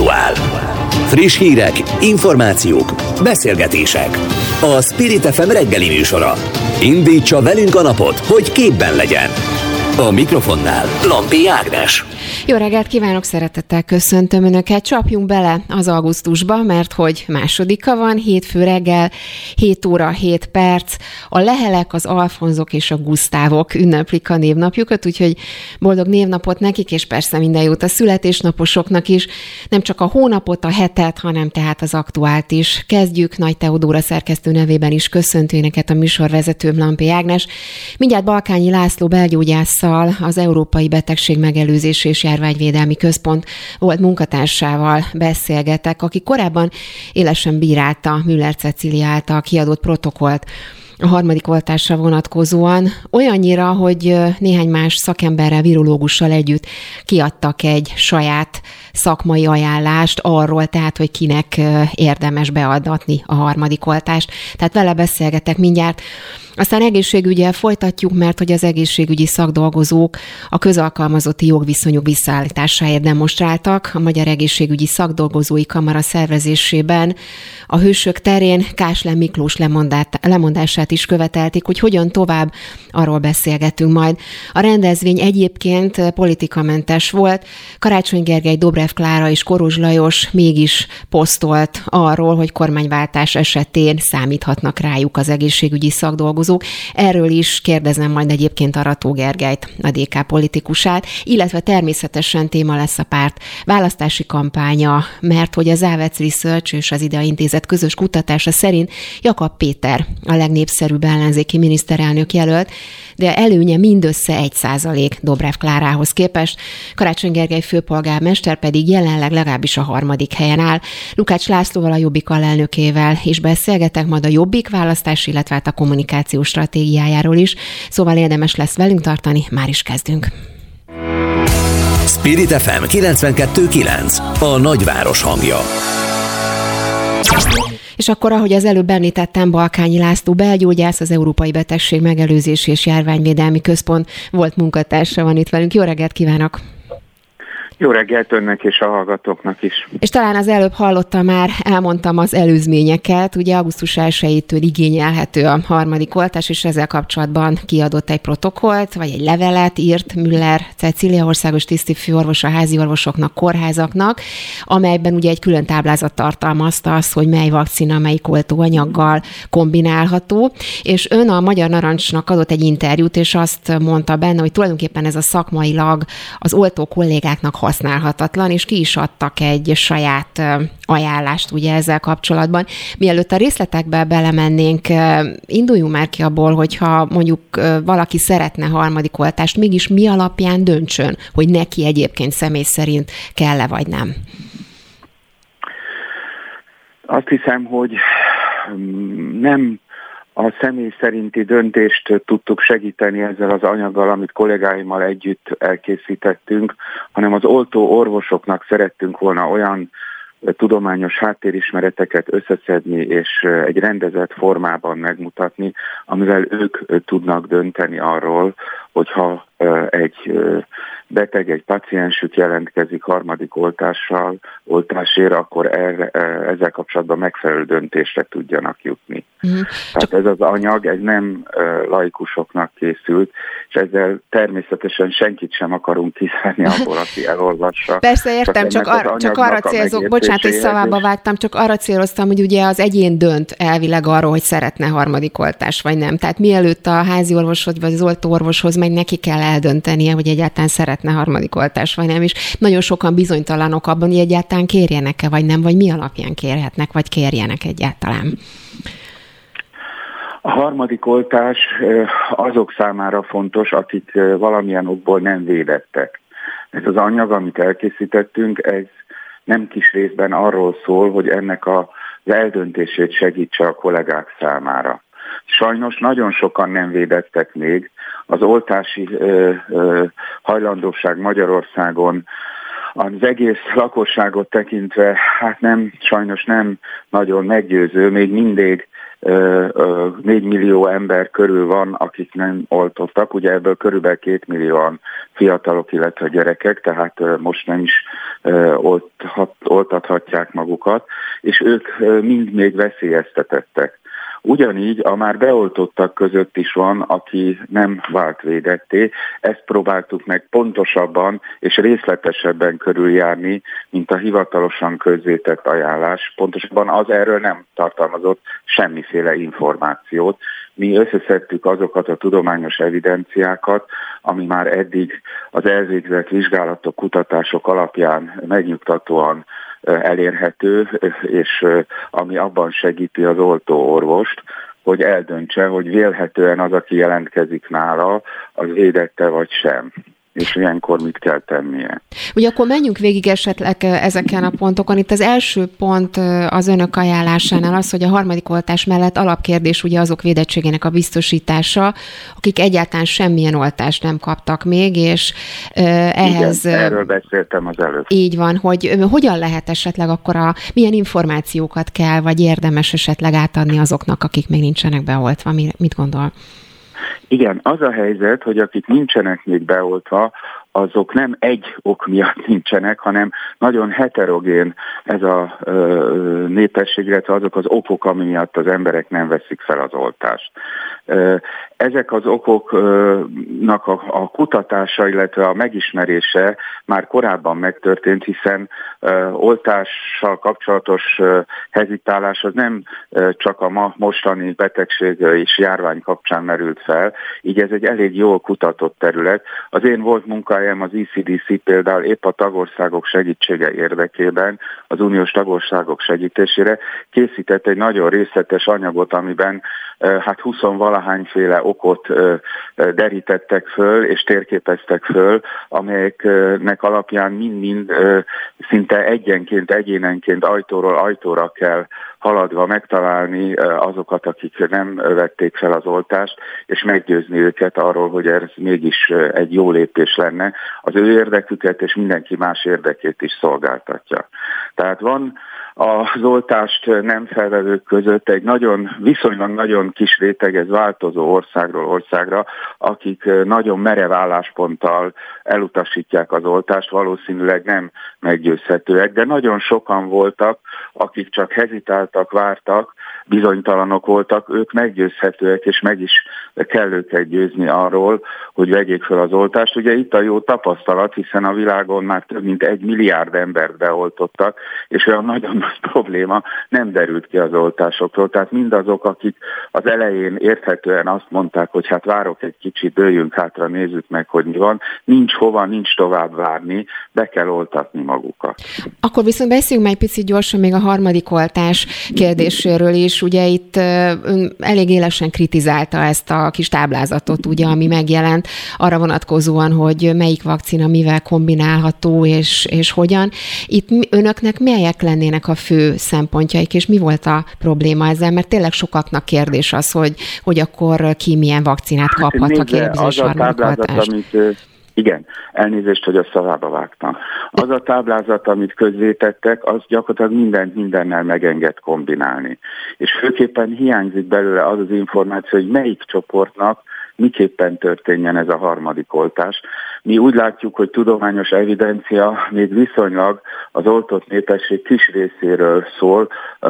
aktuál. Friss hírek, információk, beszélgetések. A Spirit FM reggeli műsora. Indítsa velünk a napot, hogy képben legyen. A mikrofonnál Lampi Ágnes. Jó reggelt kívánok, szeretettel köszöntöm Önöket. Csapjunk bele az augusztusba, mert hogy másodika van, hétfő reggel, 7 óra 7 perc. A Lehelek, az Alfonzok és a Gusztávok ünneplik a névnapjukat, úgyhogy boldog névnapot nekik, és persze minden jót a születésnaposoknak is. Nem csak a hónapot, a hetet, hanem tehát az aktuált is. Kezdjük Nagy Teodóra szerkesztő nevében is köszöntőneket a műsorvezetőm Lampi Ágnes. Mindjárt Balkányi László belgyógyásszal, az Európai Betegség Megelőzés és Járványvédelmi Központ volt munkatársával beszélgetek, aki korábban élesen bírálta Müller Cecília által kiadott protokollt a harmadik oltásra vonatkozóan, olyannyira, hogy néhány más szakemberrel, virológussal együtt kiadtak egy saját szakmai ajánlást arról, tehát, hogy kinek érdemes beadatni a harmadik oltást. Tehát vele beszélgetek mindjárt. Aztán egészségügyel folytatjuk, mert hogy az egészségügyi szakdolgozók a közalkalmazotti jogviszonyok visszaállításáért demonstráltak. A Magyar Egészségügyi Szakdolgozói Kamara szervezésében a Hősök terén Káslen Miklós lemondását is követelték, hogy hogyan tovább, arról beszélgetünk majd. A rendezvény egyébként politikamentes volt. Karácsony Gergely, Dobrev Klára és Korozs Lajos mégis posztolt arról, hogy kormányváltás esetén számíthatnak rájuk az egészségügyi szakdolgozók. Erről is kérdezem majd egyébként Arató Gergelyt, a DK politikusát, illetve természetesen téma lesz a párt választási kampánya, mert hogy az Avets Research és az IDEA Intézet közös kutatása szerint Jakab Péter a legnépszerűbb ellenzéki miniszterelnök jelölt, de előnye mindössze 1% Dobrev Klárához képest. Karácsony Gergely főpolgármester pedig jelenleg legalábbis a 3. helyen áll. Lukács Lászlóval, a Jobbik alelnökével is beszélgetek, majd a Jobbik választás, illetve a kommunikációs stratégiájáról is. Szóval érdemes lesz velünk tartani, már is kezdünk. Spirit FM 92.9, a nagyváros hangja. És akkor, ahogy az előbb említettem, Balkányi László belgyógyász, az Európai Betegség Megelőzés és Járványvédelmi Központ volt munkatársa van itt velünk. Jó reggelt kívánok! Jó reggelt önnek és a hallgatóknak is. És talán az előbb hallottam már, elmondtam az előzményeket, ugye augusztus 1-től igényelhető a harmadik oltás, és ezzel kapcsolatban kiadott egy protokollt, vagy egy levelet írt Müller Cecília országos tisztifőorvos a házi orvosoknak, kórházaknak, amelyben ugye egy külön táblázat tartalmazta azt, hogy mely vakcina, melyik oltóanyaggal kombinálható, és ön a Magyar Narancsnak adott egy interjút, és azt mondta benne, hogy tulajdonképpen ez a szakmailag az oltó kollégáknak használhatatlan, és ki is adtak egy saját ajánlást ugye ezzel kapcsolatban. Mielőtt a részletekbe belemennénk, induljunk már ki abból, hogyha mondjuk valaki szeretne harmadik oltást, mégis mi alapján döntsön, hogy neki egyébként személy szerint kell-e vagy nem? Azt hiszem, hogy nem a személy szerinti döntést tudtuk segíteni ezzel az anyaggal, amit kollégáimmal együtt elkészítettünk, hanem az oltó orvosoknak szerettünk volna olyan tudományos háttérismereteket összeszedni és egy rendezett formában megmutatni, amivel ők tudnak dönteni arról, hogyha egy beteg, egy paciensük jelentkezik harmadik oltásért, akkor ezzel kapcsolatban megfelelő döntésre tudjanak jutni. Tehát ez az anyag, ez nem laikusoknak készült, és ezzel természetesen senkit sem akarunk kizárni abból, aki elolvassa. Persze értem, csak arra célzok, bocsánat, hogy szavába vágtam, csak arra céloztam, hogy ugye az egyén dönt elvileg arról, hogy szeretne harmadik oltás, vagy nem. Tehát mielőtt a házi orvoshoz, vagy az oltóorvoshoz megy, neki kell eldöntenie, hogy egyáltalán szeretne harmadik oltás, vagy nem. És nagyon sokan bizonytalanok abban, hogy egyáltalán kérjenek-e, vagy nem, vagy mi alapján kérhetnek, vagy kérjenek egyáltalán. A harmadik oltás azok számára fontos, akik valamilyen okból nem védettek. Ez az anyag, amit elkészítettünk, ez nem kis részben arról szól, hogy ennek az eldöntését segítse a kollégák számára. Sajnos nagyon sokan nem védettek még. Az oltási hajlandóság Magyarországon az egész lakosságot tekintve, hát sajnos nem nagyon meggyőző, még mindig 4 millió ember körül van, akik nem oltottak, ugye ebből körülbelül 2 millióan fiatalok, illetve gyerekek, tehát most nem is oltathatják magukat, és ők mind még veszélyeztetettek. Ugyanígy a már beoltottak között is van, aki nem vált védetté. Ezt próbáltuk meg pontosabban és részletesebben körüljárni, mint a hivatalosan közzétett ajánlás. Pontosabban az erről nem tartalmazott semmiféle információt. Mi összeszedtük azokat a tudományos evidenciákat, ami már eddig az elvégzett vizsgálatok, kutatások alapján megnyugtatóan elérhető, és ami abban segíti az oltóorvost, hogy eldöntse, hogy vélhetően az, aki jelentkezik nála, az védette vagy sem. És ilyenkor mit kell tennie. Ugye akkor menjünk végig esetleg ezeken a pontokon. Itt az első pont az önök ajánlásánál az, hogy a harmadik oltás mellett alapkérdés ugye azok védettségének a biztosítása, akik egyáltalán semmilyen oltást nem kaptak még, és ehhez... Igen, erről beszéltem az előbb. Így van, hogy hogyan lehet esetleg akkor milyen információkat kell, vagy érdemes esetleg átadni azoknak, akik még nincsenek beoltva. Mit gondol? Igen, az a helyzet, hogy akik nincsenek még beoltva, azok nem egy ok miatt nincsenek, hanem nagyon heterogén ez a népesség, illetve azok az okok, ami miatt az emberek nem veszik fel az oltást. Ezek az okoknak a kutatása, illetve a megismerése már korábban megtörtént, hiszen oltással kapcsolatos hezitálás az nem csak a mostani betegség és járvány kapcsán merült fel, így ez egy elég jól kutatott terület. Az én volt munkahelyem az ECDC például épp a tagországok segítsége érdekében, az uniós tagországok segítésére készített egy nagyon részletes anyagot, amiben 20-valahányféle okot derítettek föl és térképeztek föl, amelyeknek alapján mind-mind szinte egyenként, egyénenként ajtóról ajtóra kell haladva megtalálni azokat, akik nem vették fel az oltást, és meggyőzni őket arról, hogy ez mégis egy jó lépés lenne. Az ő érdeküket és mindenki más érdekét is szolgáltatja. Tehát van az oltást nem felvevők között egy viszonylag nagyon kis réteg, ez változó országról országra, akik nagyon merev állásponttal elutasítják az oltást, valószínűleg nem meggyőzhetőek, de nagyon sokan voltak, akik csak hezitáltak, vártak, bizonytalanok voltak, ők meggyőzhetőek, és meg is kell őket győzni arról, hogy vegyék fel az oltást. Ugye itt a jó tapasztalat, hiszen a világon már több mint 1 milliárd embert beoltottak, és olyan nagyon nagy probléma nem derült ki az oltásokról. Tehát mindazok, akik az elején érthetően azt mondták, hogy hát várok egy kicsit, dőljünk hátra, nézzük meg, hogy mi van, nincs hova, nincs tovább várni, be kell oltatni magukat. Akkor viszont beszéljünk már egy picit gyorsan még a harmadik oltás kérdéséről is. Ugye itt elég élesen kritizálta ezt a kis táblázatot, ugye, ami megjelent arra vonatkozóan, hogy melyik vakcina mivel kombinálható és hogyan. Itt önöknek melyek lennének a fő szempontjaik, és mi volt a probléma ezzel? Mert tényleg sokaknak kérdés az, hogy akkor ki milyen vakcinát kaphat, ha kér bizonyos harmadik oltást. Igen, elnézést, hogy a szavába vágtam. Az a táblázat, amit közzétettek, az gyakorlatilag mindennel megenged kombinálni. És főképpen hiányzik belőle az az információ, hogy melyik csoportnak miképpen történjen ez a harmadik oltás. Mi úgy látjuk, hogy tudományos evidencia még viszonylag az oltott népesség kis részéről szól,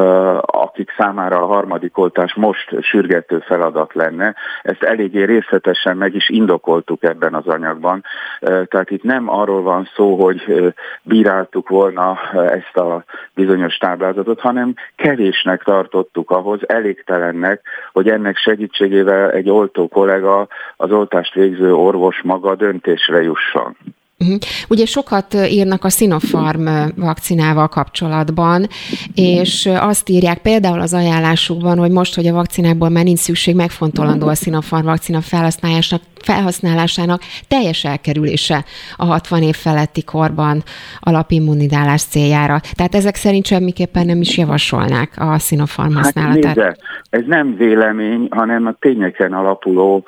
akik számára a harmadik oltás most sürgető feladat lenne. Ezt eléggé részletesen meg is indokoltuk ebben az anyagban. Tehát itt nem arról van szó, hogy bíráltuk volna ezt a bizonyos táblázatot, hanem kevésnek tartottuk ahhoz, elégtelennek, hogy ennek segítségével egy oltó kollega, az oltást végző orvos maga döntésre jusson. Ugye sokat írnak a Sinopharm vakcinával kapcsolatban, és azt írják például az ajánlásukban, hogy most, hogy a vakcinákból már nincs szükség, megfontolandó a Sinopharm vakcina felhasználásának teljes elkerülése a 60 év feletti korban alapimmunizálás céljára. Tehát ezek szerint semmiképpen nem is javasolnák a Sinopharm használatát. Hát nézze, ez nem vélemény, hanem a tényeken alapuló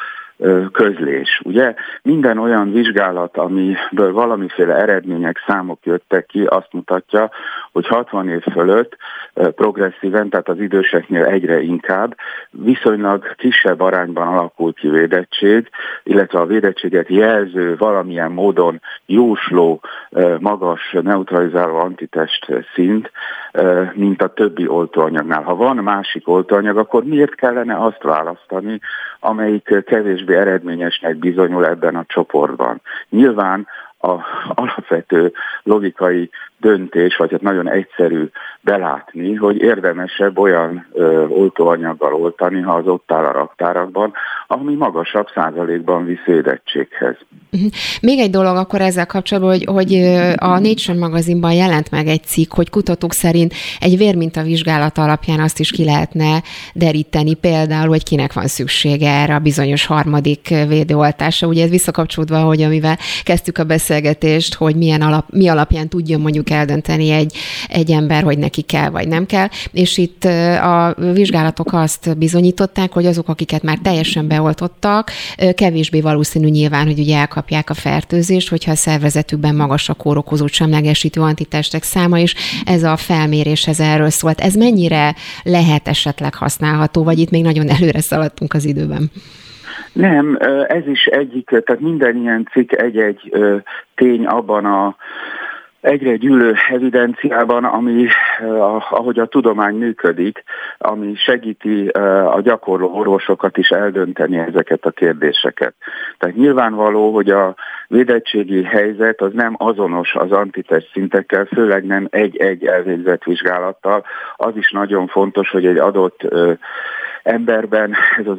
közlés. Ugye minden olyan vizsgálat, amiből valamiféle eredmények, számok jöttek ki, azt mutatja, hogy 60 év fölött progresszíven, tehát az időseknél egyre inkább, viszonylag kisebb arányban alakul ki védettség, illetve a védettséget jelző, valamilyen módon jósló, magas neutralizáló antitest szint, mint a többi oltóanyagnál. Ha van másik oltóanyag, akkor miért kellene azt választani, amelyik kevésbé eredményesnek bizonyul ebben a csoportban? Nyilván az alapvető logikai döntés, vagy hát nagyon egyszerű belátni, hogy érdemesebb olyan oltóanyaggal oltani, ha az ott áll a raktárakban, ami magasabb százalékban visz védettséghez. Még egy dolog akkor ezzel kapcsolatban, hogy a Nature magazinban jelent meg egy cikk, hogy kutatók szerint egy vérmintavizsgálat alapján azt is ki lehetne deríteni, például, hogy kinek van szüksége erre a bizonyos harmadik védőoltásra. Ugye ez visszakapcsolódva, hogy amivel kezdtük a beszélgetést, hogy mi alapján tudja mondjuk eldönteni egy ember, hogy neki kell vagy nem kell, és itt a vizsgálatok azt bizonyították, hogy azok, akiket már teljesen beoltottak, kevésbé valószínű nyilván, hogy ugye elkapják a fertőzést, hogyha a szervezetükben magas a kórokozót semlegesítő antitestek száma, és ez a felmérés ez erről szólt. Ez mennyire lehet esetleg használható, vagy itt még nagyon előre szaladtunk az időben? Nem, ez is egyik, tehát minden ilyen cikk egy-egy tény abban a egyre gyűlő evidenciában, ahogy a tudomány működik, ami segíti a gyakorló orvosokat is eldönteni ezeket a kérdéseket. Tehát nyilvánvaló, hogy a védettségi helyzet az nem azonos az antitest szintekkel, főleg nem egy-egy elvégzett vizsgálattal. Az is nagyon fontos, hogy egy adott emberben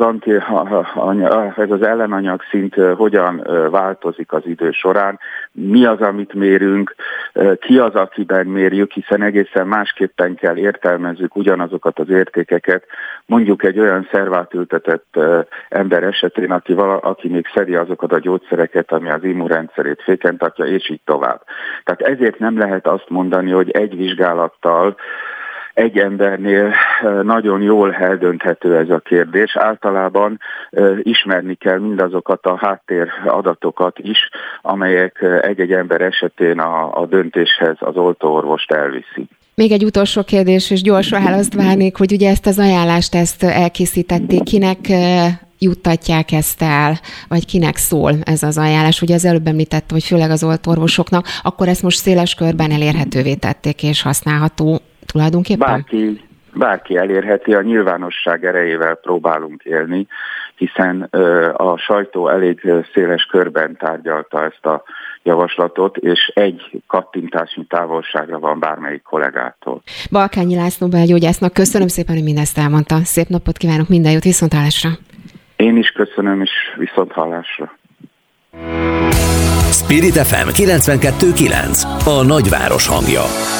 ez az ellenanyag szint hogyan változik az idő során, mi az, amit mérünk, ki az, akiben mérjük, hiszen egészen másképpen kell értelmezzük ugyanazokat az értékeket, mondjuk egy olyan szervátültetett ember esetén, aki még szedi azokat a gyógyszereket, ami az immunrendszerét féken tartja, és így tovább. Tehát ezért nem lehet azt mondani, hogy egy vizsgálattal egy embernél nagyon jól eldönthető ez a kérdés. Általában ismerni kell mindazokat a háttéradatokat is, amelyek egy-egy ember esetén a döntéshez az oltóorvost elviszi. Még egy utolsó kérdés, és gyors választ várnék, hogy ugye ezt az ajánlást elkészítették, kinek juttatják ezt el, vagy kinek szól ez az ajánlás? Ugye az előbb említette, hogy főleg az oltóorvosoknak, akkor ezt most széles körben elérhetővé tették és használható tulajdonképpen? Bárki elérheti, a nyilvánosság erejével próbálunk élni, hiszen a sajtó elég széles körben tárgyalta ezt a javaslatot, és egy kattintásnyi távolságra van bármelyik kollégától. Balkányi László belgyógyásznak köszönöm szépen, hogy mindezt elmondta. Szép napot kívánok, minden jót, viszonthallásra! Én is köszönöm, és viszonthallásra! Spirit FM 92.9, a nagyváros hangja.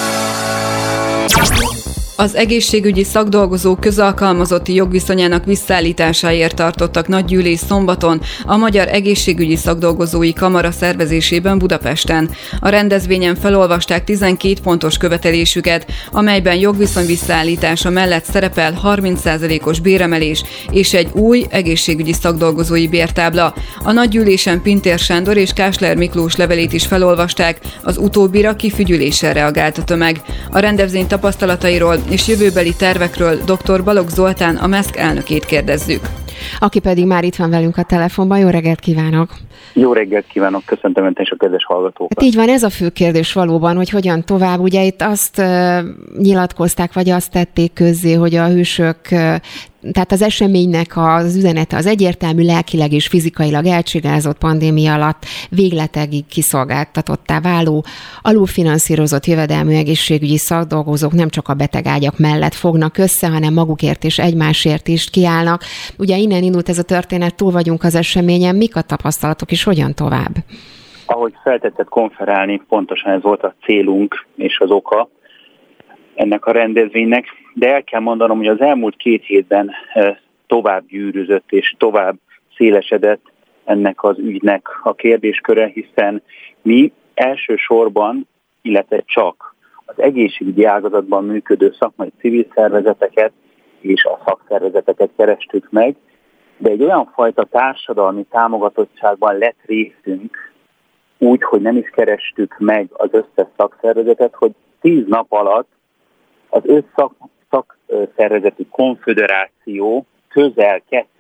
Az egészségügyi szakdolgozók közalkalmazotti jogviszonyának visszaállításáért tartottak nagygyűlés szombaton a Magyar Egészségügyi Szakdolgozói Kamara szervezésében Budapesten. A rendezvényen felolvasták 12 pontos követelésüket, amelyben jogviszony visszaállítása mellett szerepel 30%-os béremelés és egy új egészségügyi szakdolgozói bértábla. A nagygyűlésen Pintér Sándor és Kásler Miklós levelét is felolvasták, az utóbbira kifügyüléssel reagált a tömeg. A rendezvény tapasztalatairól és jövőbeli tervekről dr. Balogh Zoltán, a MESZK elnökét kérdezzük. Aki pedig már itt van velünk a telefonban. Jó reggelt kívánok! Jó reggelt kívánok, köszöntöm Önt és a kedves hallgatókat. Hát így van, ez a fő kérdés valóban, hogy hogyan tovább. Ugye itt azt nyilatkozták, vagy azt tették közzé, hogy a hősök, tehát az eseménynek az üzenete az egyértelmű, lelkileg és fizikailag elcsigázott pandémia alatt végletekig kiszolgáltatottá váló, alulfinanszírozott jövedelmű egészségügyi szakdolgozók nem csak a betegágyak mellett fognak össze, hanem magukért és egymásért is kiállnak. Ugye innen indult ez a történet, túl vagyunk az eseményen, mik a tapasztalatok és hogyan tovább? Ahogy feltetted konferálni, pontosan ez volt a célunk és az oka ennek a rendezvénynek, de el kell mondanom, hogy az elmúlt 2 hétben tovább gyűrűzött és tovább szélesedett ennek az ügynek a kérdésköre, hiszen mi elsősorban, illetve csak az egészségügyi ágazatban működő szakmai civil szervezeteket és a szakszervezeteket kerestük meg, de egy olyan fajta társadalmi támogatottságban lett részünk, úgy, hogy nem is kerestük meg az összes szakszervezetet, hogy 10 nap alatt az szakszervezeti konföderáció közel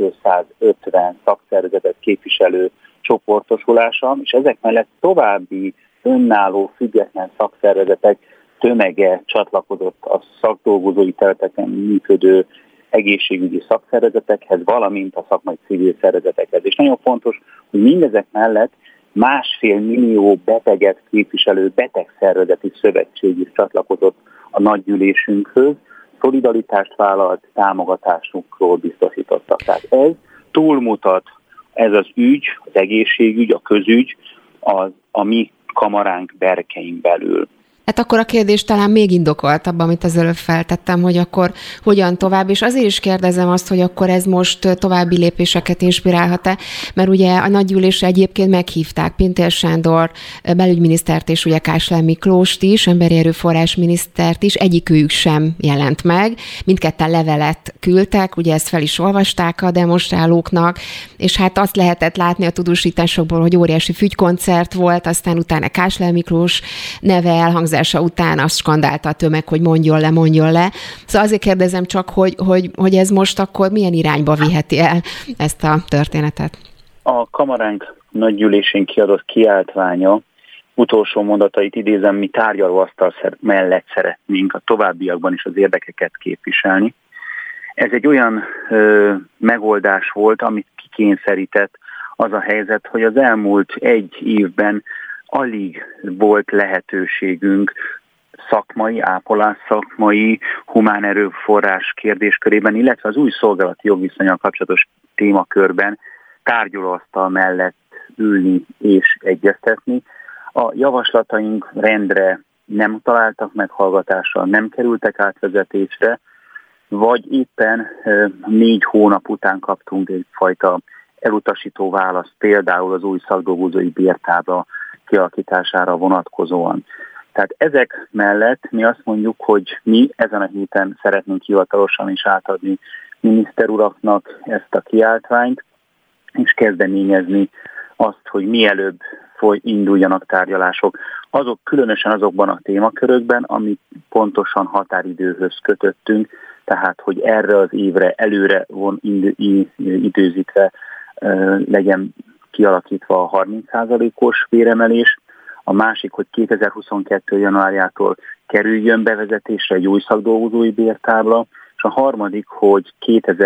250 szakszervezetet képviselő csoportosulása, és ezek mellett további önálló, független szakszervezetek tömege csatlakozott a szakdolgozói területeken működő egészségügyi szakszervezetekhez, valamint a szakmai civil szervezetekhez. És nagyon fontos, hogy mindezek mellett 1,5 millió beteget képviselő betegszervezeti szövetség is csatlakozott a nagygyűlésünkhöz, szolidaritást vállalt, támogatásukról biztosítottak. Tehát ez túlmutat, ez az ügy, az egészségügy, a közügy, a mi kamaránk berkein belül. Hát akkor a kérdés talán még indokoltabb, amit az előbb feltettem, hogy akkor hogyan tovább, és azért is kérdezem azt, hogy akkor ez most további lépéseket inspirálhat-e, mert ugye a nagygyűlésre egyébként meghívták Pintér Sándor belügyminisztert és ugye Kásler Miklóst is, emberi erőforrás minisztert is, egyikőjük sem jelent meg, mindketten levelet küldtek, ugye ezt fel is olvasták a demonstrálóknak, és hát azt lehetett látni a tudósításokból, hogy óriási fügykoncert volt, aztán utána Kásler Miklós neve elhangzott után azt skandálta a tömeg, hogy mondjon le. Szóval azért kérdezem csak, hogy ez most akkor milyen irányba viheti el ezt a történetet? A kamaránk nagygyűlésén kiadott kiáltványa utolsó mondatait idézem, mi tárgyalóasztal mellett szeretnénk a továbbiakban is az érdekeket képviselni. Ez egy olyan megoldás volt, amit kikényszerített az a helyzet, hogy az elmúlt egy évben alig volt lehetőségünk szakmai, ápolás szakmai, humán erőforrás kérdéskörében, illetve az új szolgálati jogviszonnyal kapcsolatos témakörben tárgyalóasztal mellett ülni és egyeztetni. A javaslataink rendre nem találtak meghallgatásra, nem kerültek átvezetésre, vagy éppen 4 hónap után kaptunk egyfajta elutasító választ, például az új szakdolgozói bértábla kialakítására vonatkozóan. Tehát ezek mellett mi azt mondjuk, hogy mi ezen a héten szeretnénk hivatalosan is átadni miniszter uraknak ezt a kiáltványt, és kezdeményezni azt, hogy mielőbb induljanak tárgyalások, különösen azokban a témakörökben, amit pontosan határidőhöz kötöttünk, tehát hogy erre az évre előre időzítve legyen kialakítva a 30%-os béremelés, a másik, hogy 2022. januárjától kerüljön bevezetésre egy új szakdolgozói bértábla, és a harmadik, hogy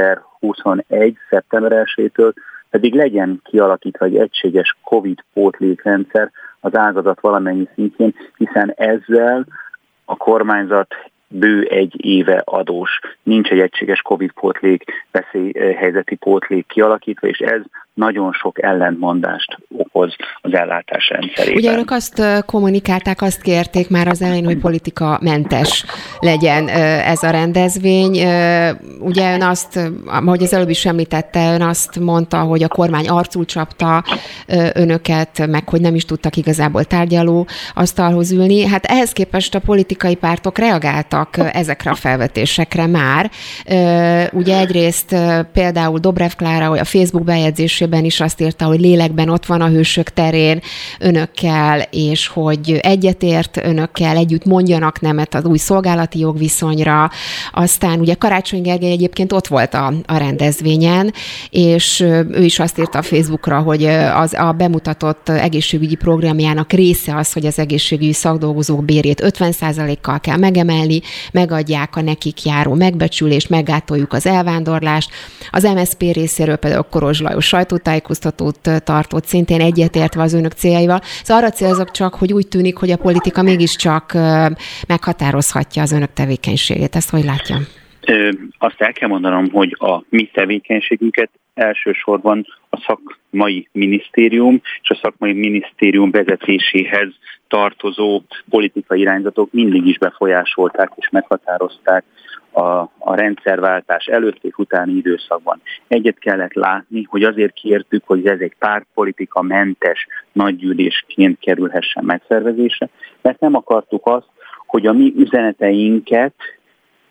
2021. szeptember 1-től pedig legyen kialakítva egy egységes COVID pótlékrendszer az ágazat valamennyi szintjén, hiszen ezzel a kormányzat bő 1 éve adós. Nincs egy egységes COVID veszélyhelyzeti pótlék kialakítva, és ez nagyon sok ellentmondást okoz az ellátás rendszerében. Ugye önök azt kommunikálták, azt kérték már az elején, hogy politikamentes legyen ez a rendezvény. Ugye ön azt, ahogy az előbb is említette, ön azt mondta, hogy a kormány arcul csapta önöket, meg hogy nem is tudtak igazából tárgyaló asztalhoz ülni. Hát ehhez képest a politikai pártok reagáltak ezekre a felvetésekre már. Ugye egyrészt például Dobrev Klára, a Facebook bejegyzésében is azt írta, hogy lélekben ott van a Hősök terén önökkel, és hogy egyetért önökkel, együtt mondjanak nemet az új szolgálati jogviszonyra. Aztán ugye Karácsony Gergely egyébként ott volt a rendezvényen, és ő is azt írta a Facebookra, hogy a bemutatott egészségügyi programjának része az, hogy az egészségügyi szakdolgozók bérét 50%-kal kell megemelni, megadják a nekik járó megbecsülést, meggátoljuk az elvándorlást. Az MSZP részéről például Korozs Lajos sajtótájékoztatót tartott, szintén egyetértve az önök céljaival. Szóval arra célzok csak, hogy úgy tűnik, hogy a politika mégiscsak meghatározhatja az önök tevékenységét. Ezt hogy látja? Azt el kell mondanom, hogy a mi tevékenységünket elsősorban a szakmai minisztérium és a szakmai minisztérium vezetéséhez tartozó politikai irányzatok mindig is befolyásolták és meghatározták a rendszerváltás előtt és utáni időszakban. Egyet kellett látni, hogy azért kértük, hogy ez egy pártpolitika mentes nagygyűlésként kerülhessen megszervezésre, mert nem akartuk azt, hogy a mi üzeneteinket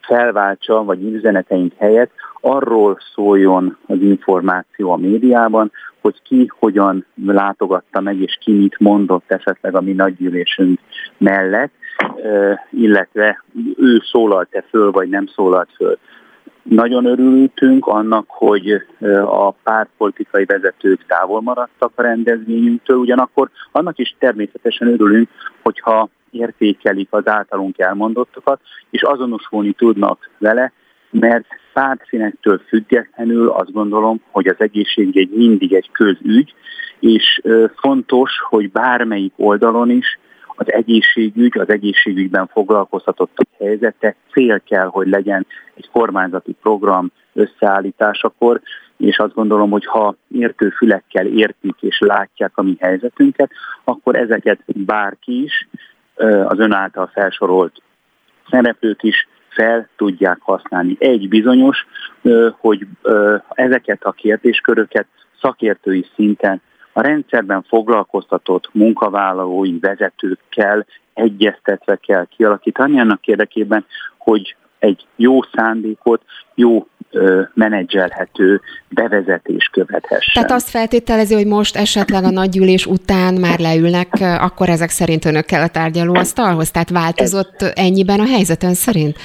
felváltsa, vagy üzeneteink helyett arról szóljon az információ a médiában, hogy ki hogyan látogatta meg, és ki mit mondott esetleg a mi nagygyűlésünk mellett, illetve ő szólalt-e föl, vagy nem szólalt föl. Nagyon örültünk annak, hogy a pártpolitikai vezetők távol maradtak a rendezvényünktől, ugyanakkor annak is természetesen örülünk, hogyha értékelik az általunk elmondottakat, és azonosulni tudnak vele, mert pártszínektől függetlenül azt gondolom, hogy az egészségügy mindig egy közügy, és fontos, hogy bármelyik oldalon is az egészségügy, az egészségügyben foglalkoztatottak helyzete cél kell, hogy legyen egy kormányzati program összeállításakor, és azt gondolom, hogy ha értő fülekkel értik és látják a mi helyzetünket, akkor ezeket bárki is, az ön által felsorolt szereplők is fel tudják használni. Egy bizonyos, hogy ezeket a kérdésköröket szakértői szinten a rendszerben foglalkoztatott munkavállalói vezetőkkel egyeztetve kell kialakítani annak érdekében, hogy egy jó szándékot, jó menedzselhető bevezetés követhessen. Tehát azt feltételezi, hogy most esetleg a nagygyűlés után már leülnek, akkor ezek szerint önökkel a tárgyalóasztalhoz? Tehát változott ennyiben a helyzet ön szerint?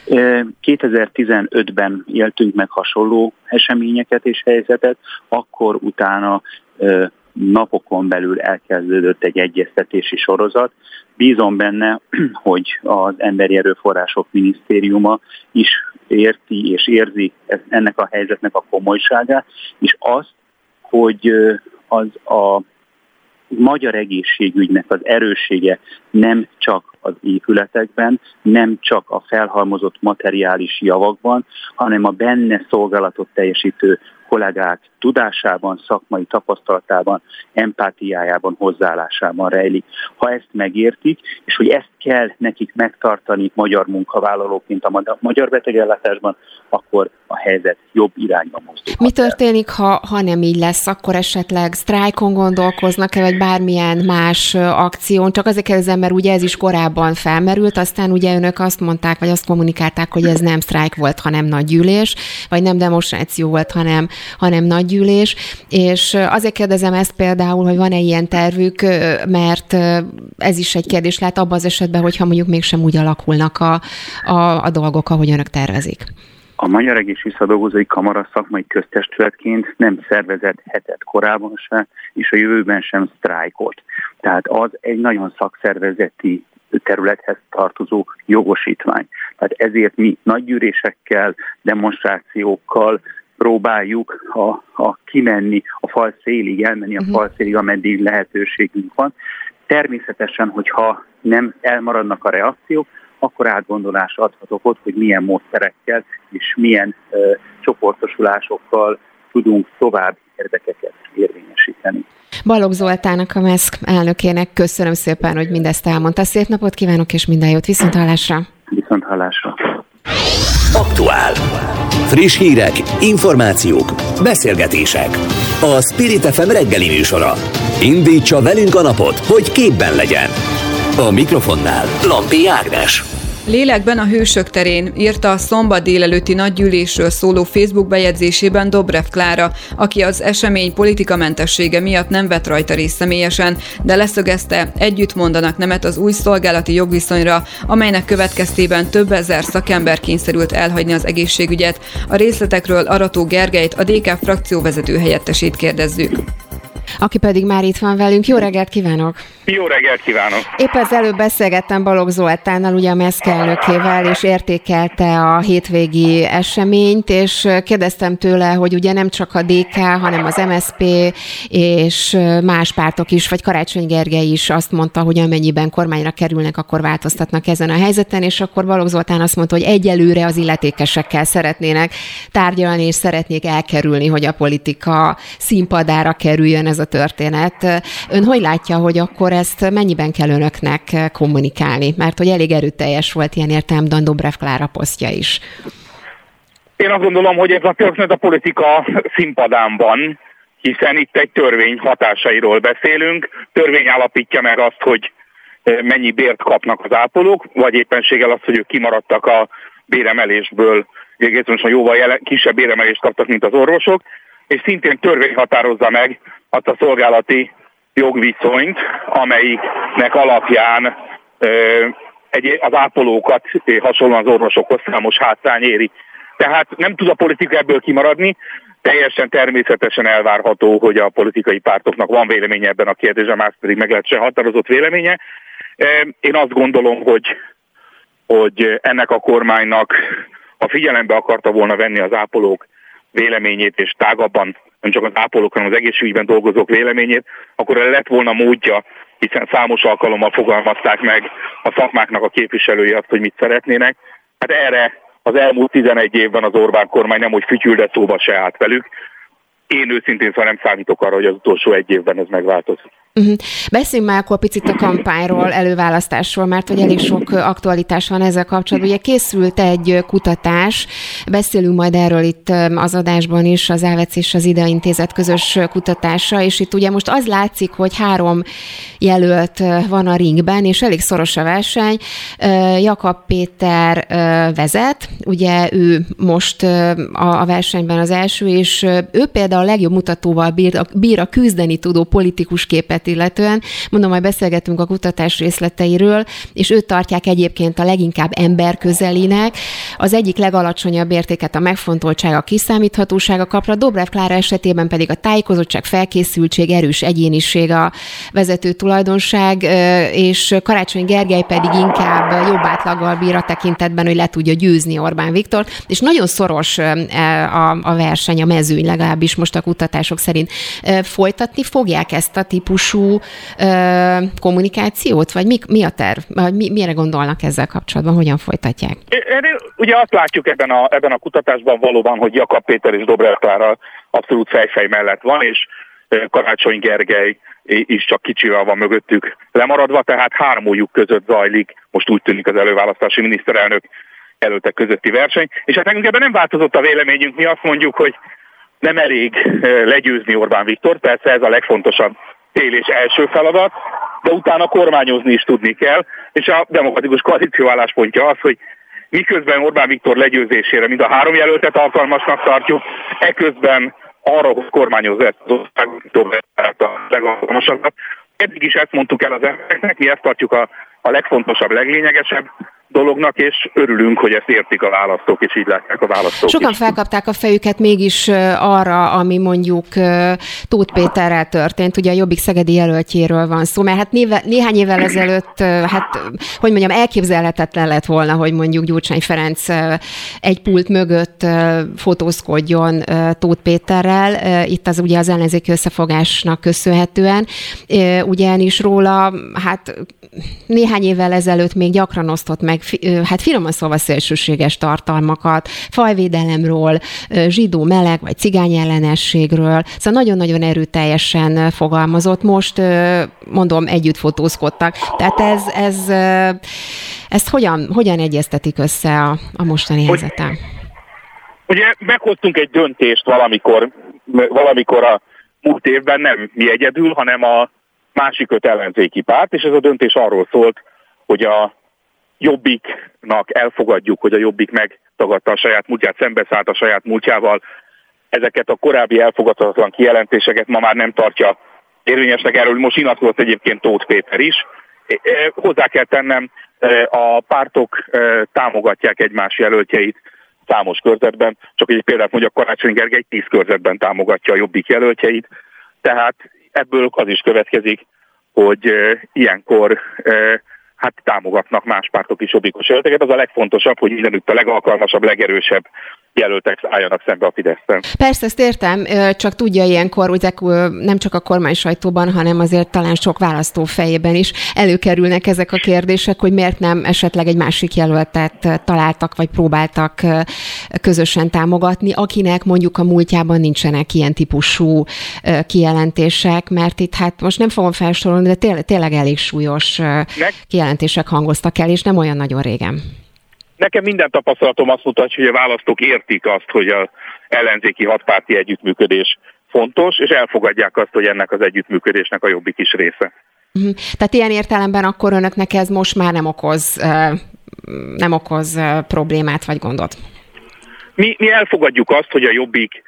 2015-ben éltünk meg hasonló eseményeket és helyzetet, akkor utána napokon belül elkezdődött egy egyeztetési sorozat. Bízom benne, hogy az Emberi Erőforrások Minisztériuma is érti és érzi ennek a helyzetnek a komolyságát, és azt, hogy az a magyar egészségügynek az erőssége nem csak az épületekben, nem csak a felhalmozott materiális javakban, hanem a benne szolgálatot teljesítő kollégák tudásában, szakmai tapasztalatában, empátiájában, hozzáállásában rejlik. Ha ezt megértik, és hogy ezt kell nekik megtartani magyar munkavállalóként a magyar betegellátásban, akkor a helyzet jobb irányba mozdul. Mi történik, ha nem így lesz? Akkor esetleg sztrájkon gondolkoznak-e, vagy bármilyen más akción? Csak azért kérdezem, mert ugye ez is korábban felmerült, aztán ugye önök azt mondták, vagy azt kommunikálták, hogy ez nem sztrájk volt, hanem nagygyűlés, vagy nem demonstráció volt, hanem nagygyűlés, és azért kérdezem ezt például, hogy van-e ilyen tervük, mert ez is egy kérdés lehet abban az esetben, hogyha mondjuk mégsem úgy alakulnak a dolgok, ahogy önök tervezik. A Magyar Egészségügyi Szakdolgozói Kamara szakmai köztestületként nem szervezett hetet korábban sem, és a jövőben sem sztrájkot. Tehát az egy nagyon szakszervezeti területhez tartozó jogosítvány. Tehát ezért mi nagygyűlésekkel, demonstrációkkal próbáljuk kimenni a fal szélig, elmenni a fal szélig, ameddig lehetőségünk van. Természetesen, hogyha nem elmaradnak a reakciók, akkor átgondolásra adhatok ott, hogy milyen módszerekkel és milyen csoportosulásokkal tudunk tovább érdekeket érvényesíteni. Balogh Zoltánnak, a MESZK elnökének köszönöm szépen, hogy mindezt elmondta. Szép napot kívánok, és minden jót. Viszonthallásra! Viszonthallásra! Aktuál. Friss hírek, információk, beszélgetések. A Spirit FM reggeli műsora. Indítsa velünk a napot, hogy képben legyen. A mikrofonnál Lampi Ágnes. Lélekben a Hősök terén, írta a szombat délelőtti nagygyűlésről szóló Facebook bejegyzésében Dobrev Klára, aki az esemény politikamentessége miatt nem vett rajta részt személyesen, de leszögezte, együtt mondanak nemet az új szolgálati jogviszonyra, amelynek következtében több ezer szakember kényszerült elhagyni az egészségügyet. A részletekről Arató Gergelyt, a DK frakcióvezető helyettesét kérdezzük. Aki pedig már itt van velünk. Jó reggelt kívánok! Jó reggelt kívánok! Épp az előbb beszélgettem Balogh Zoltánnal, ugye a MESZK elnökével, és értékelte a hétvégi eseményt, és kérdeztem tőle, hogy ugye nem csak a DK, hanem az MSZP és más pártok is, vagy Karácsony Gergely is azt mondta, hogy amennyiben kormányra kerülnek, akkor változtatnak ezen a helyzeten, és akkor Balogh Zoltán azt mondta, hogy egyelőre az illetékesekkel szeretnének tárgyalni, és szeretnék elkerülni, hogy a politika színpadára kerüljön ez a történet. Ön hogy látja, hogy akkor ezt mennyiben kell önöknek kommunikálni? Mert hogy elég erőteljes volt ilyen értelemben Dobrev Klára posztja is. Én azt gondolom, hogy ez a történet a politika színpadán van, hiszen itt egy törvény hatásairól beszélünk. Törvény állapítja meg azt, hogy mennyi bért kapnak az ápolók, vagy éppenséggel azt, hogy ők kimaradtak béremelésből, jóval kisebb béremelést kaptak, mint az orvosok, és szintén törvény határozza meg azt a szolgálati jogviszonyt, amelyiknek alapján az ápolókat hasonlóan az orvosokhoz számos hátrány éri. Tehát nem tud a politika ebből kimaradni, teljesen természetesen elvárható, hogy a politikai pártoknak van véleménye ebben a kérdésben, más pedig meglehetősen határozott véleménye. Én azt gondolom, hogy ennek a kormánynak, ha figyelembe akarta volna venni az ápolók véleményét, és tágabban nem csak az ápolók, hanem az egészségügyben dolgozók véleményét, akkor lett volna módja, hiszen számos alkalommal fogalmazták meg a szakmáknak a képviselői azt, hogy mit szeretnének. Hát erre az elmúlt 11 évben az Orbán kormány nem úgy fütyül, de szóba se állt velük. Én őszintén szóval nem számítok arra, hogy az utolsó egy évben ez megváltozik. Beszéljünk már akkor picit a kampányról, előválasztásról, mert hogy elég sok aktualitás van ezzel kapcsolatban. Ugye készült egy kutatás, beszélünk majd erről itt az adásban is, az AVEC és az IDEA Intézet közös kutatása, és itt ugye most az látszik, hogy 3 jelölt van a ringben, és elég szoros a verseny. Jakab Péter vezet, ugye ő most a versenyben az első, és ő például a legjobb mutatóval bír a küzdeni tudó politikus képet illetően. Mondom, majd beszélgetünk a kutatás részleteiről, és őt tartják egyébként a leginkább emberközelinek. Az egyik legalacsonyabb értéket a megfontoltság, a kiszámíthatósága kapra, Dobrev Klára esetében pedig a tájékozottság, felkészültség, erős egyéniség a vezető tulajdonság, és Karácsony Gergely pedig inkább jobb átlaggal bír a tekintetben, hogy le tudja győzni Orbán Viktort, és nagyon szoros a verseny, a mezőny legalábbis most a kutatások szerint. Folytatni fogják ezt a típusú kommunikációt, vagy mi a terv? Mire gondolnak ezzel kapcsolatban? Hogyan folytatják? Ugye azt látjuk ebben a kutatásban valóban, hogy Jakab Péter és Dobrev Klára abszolút fejfej mellett van, és Karácsony Gergely is csak kicsivel van mögöttük lemaradva, tehát 3 között zajlik, most úgy tűnik, az előválasztási miniszterelnök jelöltek közötti verseny, és hát nekünk ebben nem változott a véleményünk, mi azt mondjuk, hogy nem elég legyőzni Orbán Viktort, persze ez a legfontosabb cél és első feladat, de utána kormányozni is tudni kell, és a demokratikus koalíció álláspontja az, hogy miközben Orbán Viktor legyőzésére mind a 3 jelöltet alkalmasnak tartjuk, eközben arra, hogy kormányozza ezt az országot, a legalkalmasabbat. Eddig is ezt mondtuk el az embereknek, mi ezt tartjuk a legfontosabb, leglényegesebb dolognak, és örülünk, hogy ezt értik a választók, és így látják a választók. Sokan felkapták a fejüket mégis arra, ami mondjuk Tóth Péterrel történt, ugye a Jobbik szegedi jelöltjéről van szó, mert hát néhány évvel ezelőtt, elképzelhetetlen lett volna, hogy mondjuk Gyurcsány Ferenc egy pult mögött fotózkodjon Tóth Péterrel, itt az ugye az ellenzéki összefogásnak köszönhetően, ugyanis róla, hát néhány évvel ezelőtt még gyakran osztott meg, hát finoman szólva szélsőséges tartalmakat, fajvédelemről, zsidó, meleg vagy cigány ellenességről, szóval nagyon-nagyon erőteljesen fogalmazott. Most, mondom, együtt fotózkodtak. Tehát ezt hogyan egyeztetik össze a mostani helyzettel? Ugye meghoztunk egy döntést valamikor a múlt évben, nem mi egyedül, hanem a másik 5 ellenzéki párt, és ez a döntés arról szólt, hogy a Jobbiknak elfogadjuk, hogy a Jobbik megtagadta a saját múltját, szembeszállt a saját múltjával. Ezeket a korábbi elfogadhatatlan kijelentéseket ma már nem tartja érvényesnek. Erről most nyilatkozott egyébként Tóth Péter is. Hozzá kell tennem, a pártok támogatják egymás jelöltjeit számos körzetben. Csak egy példát mondjak, Karácsony Gergely 10 körzetben támogatja a Jobbik jelöltjeit. Tehát ebből az is következik, hogy ilyenkor támogatnak más pártok is jobbikos jelölteket. Az a legfontosabb, hogy mindenütt a legalkalmasabb, legerősebb jelöltek álljanak szembe a Fideszben. Persze, ezt értem, csak tudja ilyenkor, ugye nem csak a kormány sajtóban, hanem azért talán sok választó fejében is előkerülnek ezek a kérdések, hogy miért nem esetleg egy másik jelöltet találtak, vagy próbáltak közösen támogatni, akinek mondjuk a múltjában nincsenek ilyen típusú kijelentések, mert itt hát most nem fogom felsorolni, de tényleg elég súlyos kijelentések hangoztak el, és nem olyan nagyon régen. Nekem minden tapasztalatom azt mutatja, hogy a választók értik azt, hogy az ellenzéki hatpárti együttműködés fontos, és elfogadják azt, hogy ennek az együttműködésnek a Jobbik is része. Tehát ilyen értelemben akkor önöknek ez most már nem okoz nem okoz problémát vagy gondot. Mi elfogadjuk azt, hogy a Jobbik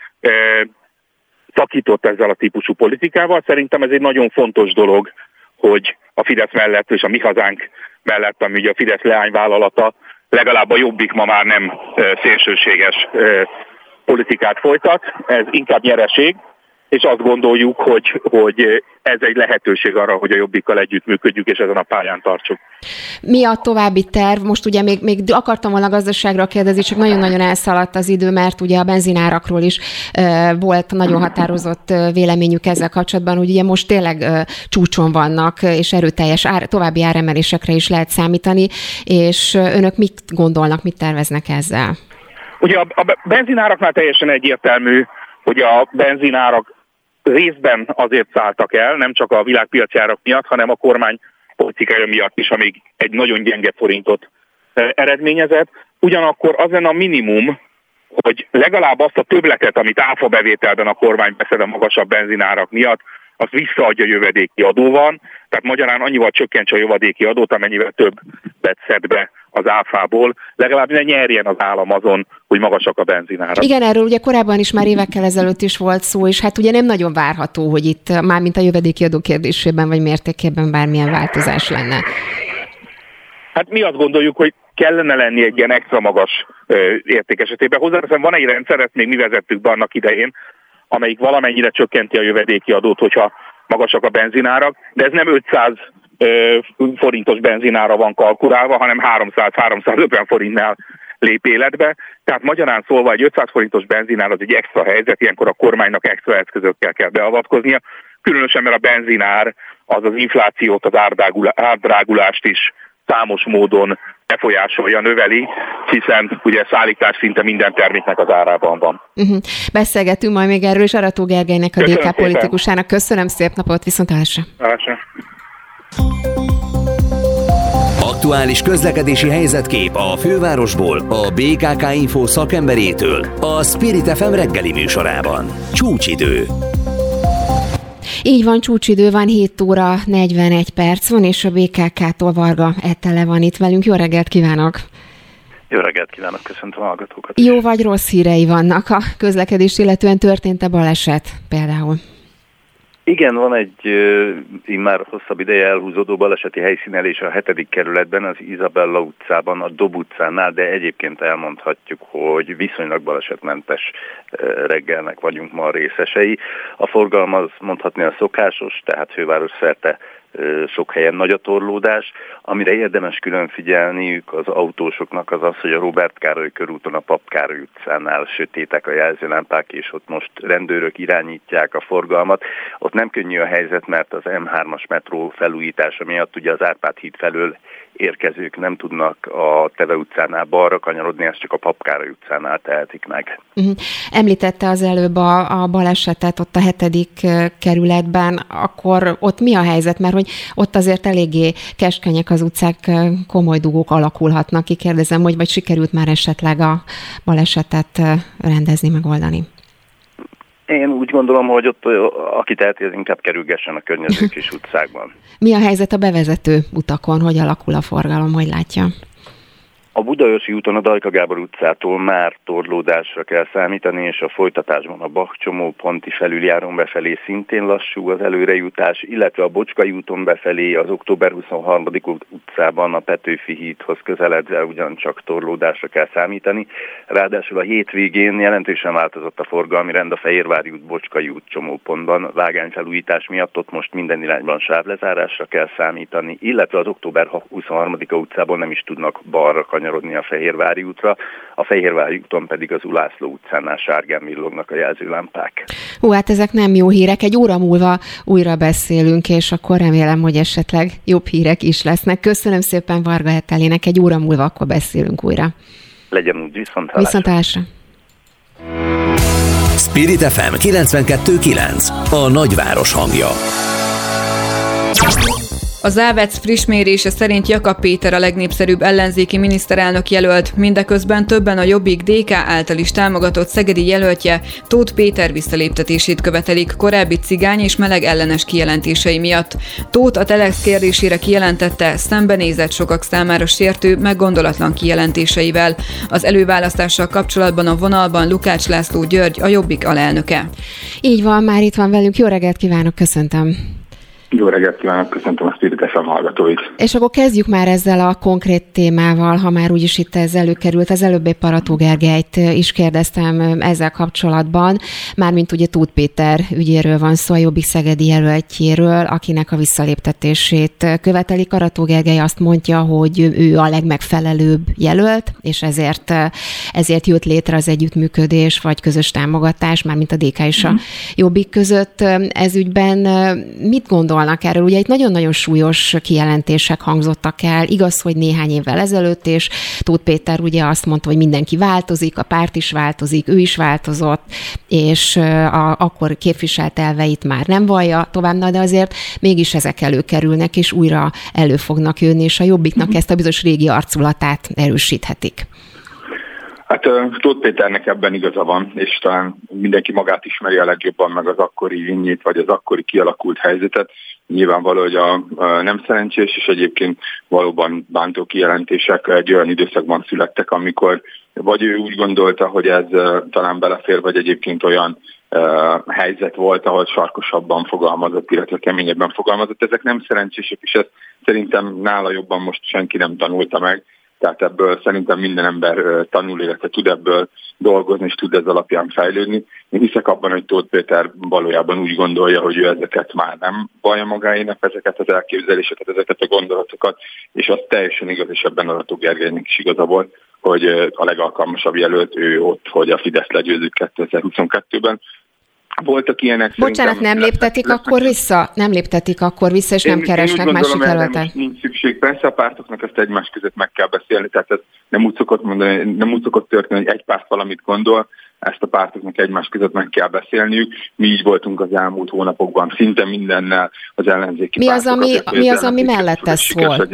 szakított ezzel a típusú politikával. Szerintem ez egy nagyon fontos dolog, hogy a Fidesz mellett és a Mi Hazánk mellett, ami ugye a Fidesz leányvállalata, legalább a Jobbik ma már nem szélsőséges politikát folytat. Ez inkább nyereség, és azt gondoljuk, hogy ez egy lehetőség arra, hogy a Jobbikkal együttműködjük, és ezen a pályán tartsuk. Mi a további terv? Most ugye még akartam volna gazdaságra kérdezni, csak nagyon-nagyon elszaladt az idő, mert ugye a benzinárakról is volt nagyon határozott véleményük ezzel kapcsolatban, hogy ugye most tényleg csúcson vannak, és erőteljes további áremelésekre is lehet számítani, és önök mit gondolnak, mit terveznek ezzel? Ugye a benzináraknál teljesen egyértelmű, hogy a benzinárak részben azért szálltak el, nem csak a világpiaci árak miatt, hanem a kormány politikája miatt is, amíg egy nagyon gyenge forintot eredményezett. Ugyanakkor az lenne a minimum, hogy legalább azt a többletet, amit áfabevételben a kormány beszed a magasabb benzinárak miatt, azt visszaadja jövedéki adóval, tehát magyarán annyival csökkentse a jövedéki adót, amennyivel többet szed be az áfából, legalább ne nyerjen az állam azon, hogy magasak a benzinárak. Igen, erről ugye korábban is már évekkel ezelőtt is volt szó, és hát ugye nem nagyon várható, hogy itt mármint a jövedéki adó kérdésében vagy mértékében bármilyen változás lenne. Hát mi azt gondoljuk, hogy kellene lenni egy ilyen extra magas érték esetében. Hozzáteszem, van egy rendszer, ezt még mi vezettük be annak idején, amelyik valamennyire csökkenti a jövedéki adót, hogyha magasak a benzinárak, de ez nem 500 forintos benzinára van kalkulálva, hanem 300-350 forintnál lép életbe. Tehát magyarán szólva egy 500 forintos benzinár az egy extra helyzet, ilyenkor a kormánynak extra eszközökkel kell beavatkoznia, különösen mert a benzinár az inflációt, az árdrágulást is számos módon befolyásolja, növeli, hiszen ugye szállítás szinte minden terméknek az árában van. Beszélgetünk majd még erről, és Arató Gergelynek, a DK politikusának. Köszönöm, szép napot, viszontlátásra! Aktuális közlekedési helyzetkép a fővárosból, a BKK Info szakemberétől, a Spirit FM reggeli műsorában. Csúcsidő. Így van, csúcsidő van, 7 óra 41 perc van, és a BKK-tól Varga Ettele van itt velünk. Jó reggelt kívánok! Jó reggelt kívánok, köszöntöm a hallgatókat. Jó vagy rossz hírei vannak a közlekedést, illetően történt-e baleset például? Igen, van egy immár hosszabb ideje elhúzódó baleseti helyszínelés a 7. kerületben, az Izabella utcában, a Dob utcánál, de egyébként elmondhatjuk, hogy viszonylag balesetmentes reggelnek vagyunk ma a részesei. A forgalom az mondhatni a szokásos, tehát főváros szerte sok helyen nagy a torlódás. Amire érdemes külön figyelniük az autósoknak az az, hogy a Róbert Károly körúton a Pap Károly utcánál sötétek a jelzőlámpák, és ott most rendőrök irányítják a forgalmat. Ott nem könnyű a helyzet, mert az M3-as metró felújítása miatt ugye az Árpád híd felől érkezők nem tudnak a Teve utcánál balra kanyarodni, ezt csak a Pap Károly utcánál tehetik meg. Említette az előbb a balesetet ott a 7. kerületben, akkor ott mi a helyzet? Mert hogy ott azért eléggé keskenyek az utcák, komoly dugók alakulhatnak ki. Kérdezem, hogy vagy sikerült már esetleg a balesetet rendezni, megoldani? Én úgy gondolom, hogy ott aki teheti, az inkább kerülgessen a környező kis utcákban. Mi a helyzet a bevezető utakon? Hogy alakul a forgalom? Hogy látja? A Budaörsi úton a Dajka Gábor utcától már torlódásra kell számítani, és a folytatásban a Bach csomóponti felüljáron befelé szintén lassú az előrejutás, illetve a Bocskai úton befelé az Október 23. utcában a Petőfi hídhoz közeledve ugyancsak torlódásra kell számítani. Ráadásul a hétvégén jelentősen változott a forgalmi rend a Fehérvári út, Bocskai út csomópontban. Vágányfelújítás miatt ott most minden irányban sávlezárásra kell számítani, illetve az Október 23. utcából nem is tudnak balra kanyarodni a Fehérvári útra, a Fehérvári úton pedig az Ulászló utcánál sárgán villognak a jelzőlámpák. Hát ezek nem jó hírek. Egy óra múlva újra beszélünk, és akkor remélem, hogy esetleg jobb hírek is lesznek. Köszönöm szépen Varga Ettelének, egy óra múlva akkor beszélünk újra. Legyen úgy, viszontlátásra. Viszontlátásra. Spirit FM 92.9, a nagyváros hangja. A Závec friss mérése szerint Jakab Péter a legnépszerűbb ellenzéki miniszterelnök jelölt, mindeközben többen a Jobbik DK által is támogatott szegedi jelöltje Tóth Péter visszaléptetését követelik korábbi cigány és meleg ellenes kijelentései miatt. Tóth a Telex kérdésére kijelentette, szembenézett sokak számára sértő, meggondolatlan kijelentéseivel. Az előválasztással kapcsolatban a vonalban Lukács László György, a Jobbik alelnöke. Így van, már itt van velünk. Jó reggelt kívánok, köszöntöm. Jó reggelt kívánok, köszöntöm a Spirit FM hallgatóit. És akkor kezdjük már ezzel a konkrét témával, ha már úgyis itt ez előkerült. Az előbb Arató Gergelyt is kérdeztem ezzel kapcsolatban, mármint ugye Tóth Péter ügyéről van szó, a Jobbik szegedi jelöltjéről, akinek a visszaléptetését követelik. Arató Gergely azt mondja, hogy ő a legmegfelelőbb jelölt, és ezért jött létre az együttműködés, vagy közös támogatás, mármint a DK és a Jobbik között. Ez ügyben mit gondol erről? Ugye itt nagyon-nagyon súlyos kijelentések hangzottak el, igaz, hogy néhány évvel ezelőtt, és Tóth Péter ugye azt mondta, hogy mindenki változik, a párt is változik, ő is változott, és akkor képviselt elveit már nem vallja tovább, de azért mégis ezek előkerülnek, és újra elő fognak jönni, és a Jobbiknak ezt a bizonyos régi arculatát erősíthetik. Hát Tóth Péternek ebben igaza van, és talán mindenki magát ismeri a legjobban, meg az akkori vinnyét, vagy az akkori kialakult helyzetet. Nyilvánvaló, hogy a nem szerencsés, és egyébként valóban bántó kijelentések egy olyan időszakban születtek, amikor vagy ő úgy gondolta, hogy ez talán belefér, vagy egyébként olyan helyzet volt, ahol sarkosabban fogalmazott, illetve keményebben fogalmazott. Ezek nem szerencsések, és ezt szerintem nála jobban most senki nem tanulta meg. Tehát ebből szerintem minden ember tanul, illetve tud ebből dolgozni, és tud ez alapján fejlődni. Én hiszek abban, hogy Tóth Péter valójában úgy gondolja, hogy ő ezeket már nem vallja magáénak, ezeket az elképzeléseket, ezeket a gondolatokat, és az teljesen igaz, és ebben Arató Gergelynek is igaza volt, hogy a legalkalmasabb jelölt ő ott, hogy a Fidesz legyőzzük 2022-ben. Voltak ilyenek. Bocsánat, nem léptetik akkor vissza? Nem léptetik akkor vissza, és nem keresnek másik jelöltet? Nincs szükség. Persze a pártoknak ezt egymás között meg kell beszélni, tehát ez nem úgy szokott mondani, nem úgy szokott történni, hogy egy párt valamit gondol, ezt a pártoknak egymás között meg kell beszélniük. Mi így voltunk az elmúlt hónapokban, szinte mindennel az ellenzéki pártokat. Mi az, ami mellette szól?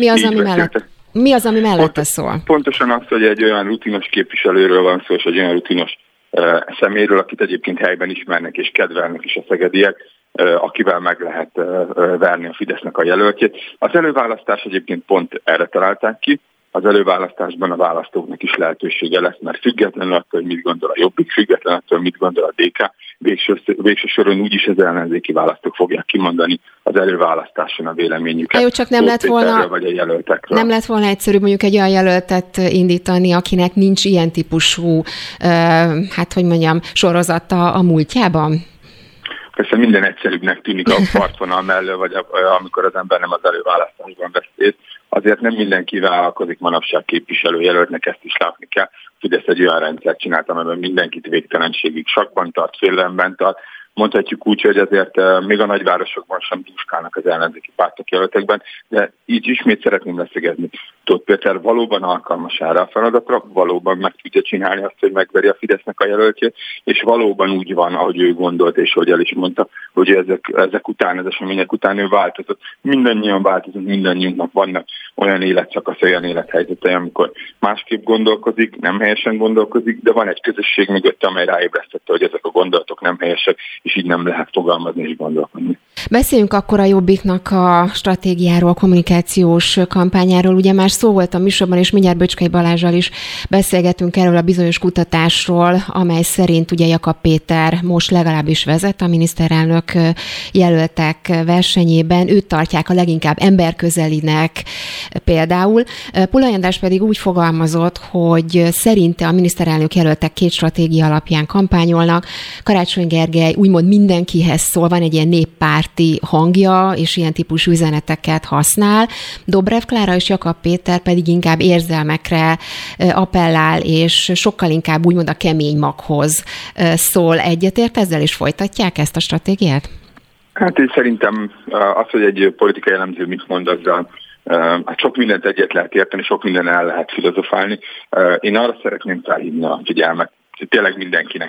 Mi az, ami mellette szól? Pontosan az, hogy egy olyan rutinos képviselőről van szó, és egy olyan rutinos személyről, akit egyébként helyben ismernek és kedvelnek is a szegediek, akivel meg lehet verni a Fidesznek a jelöltjét. Az előválasztás egyébként pont erre találták ki. Az előválasztásban a választóknak is lehetősége lesz, mert függetlenül attól, hogy mit gondol a Jobbik, függetlenül attól, hogy mit gondol a DK, végső soron úgyis az ellenzéki választók fogják kimondani az előválasztáson a véleményüket. Jó, csak nem lett volna, vagy a jelöltekről. Nem lett volna egyszerű mondjuk egy olyan jelöltet indítani, akinek nincs ilyen típusú, sorozata a múltjában? Persze minden egyszerűbbnek tűnik a partvonal mellől, vagy amikor az ember nem az előválasztásban vesz részt. Azért nem mindenki vállalkozik manapság képviselőjelöltnek, ezt is látni kell. Fidesz egy olyan rendszert csinált, amelyben mindenkit végtelenségig sakban tart, félelemben tart. Mondhatjuk úgy, hogy azért még a nagyvárosokban sem dúskálnak az ellenzéki pártok jelöltekben, de így ismét szeretném leszögezni. Tóth Péter valóban alkalmas erre a feladatra, valóban meg tudja csinálni azt, hogy megveri a Fidesznek a jelöltjét, és valóban úgy van, ahogy ő gondolt, és ahogy el is mondta, hogy ezek után, az események után ő változott. Mindannyian változott, mindannyiunknak vannak olyan életszakasz, olyan élethelyzetei, amikor másképp gondolkozik, nem helyesen gondolkozik, de van egy közösség mögötte, amely ráébresztette, hogy ezek a gondolatok nem helyesek, és így nem lehet fogalmazni és gondolkodni. Beszéljünk akkor a Jobbiknak a stratégiáról, a kommunikációs kampányáról. Ugye már szó volt a műsorban, és mindjárt Böcskei Balázsral is beszélgetünk erről a bizonyos kutatásról, amely szerint ugye Jakab Péter most legalábbis vezet a miniszterelnök jelöltek versenyében. Őt tartják a leginkább emberközelinek például. Pulai András pedig úgy fogalmazott, hogy szerinte a miniszterelnök jelöltek két stratégia alapján kampányolnak. Karácsony Gergely úgymond mindenkihez szól, van egy ilyen néppárti hangja, és ilyen típusú üzeneteket használ. Dobrev Klára és Jakab Péter pedig inkább érzelmekre appellál, és sokkal inkább úgymond a kemény maghoz szól. Egyetért ezzel, és folytatják ezt a stratégiát? Hát én szerintem az, hogy egy politikai elemző mit mond, azzal hát sok mindent egyet lehet érteni, sok minden el lehet filozofálni. Én arra szeretném felhívni a figyelmet, tényleg mindenkinek,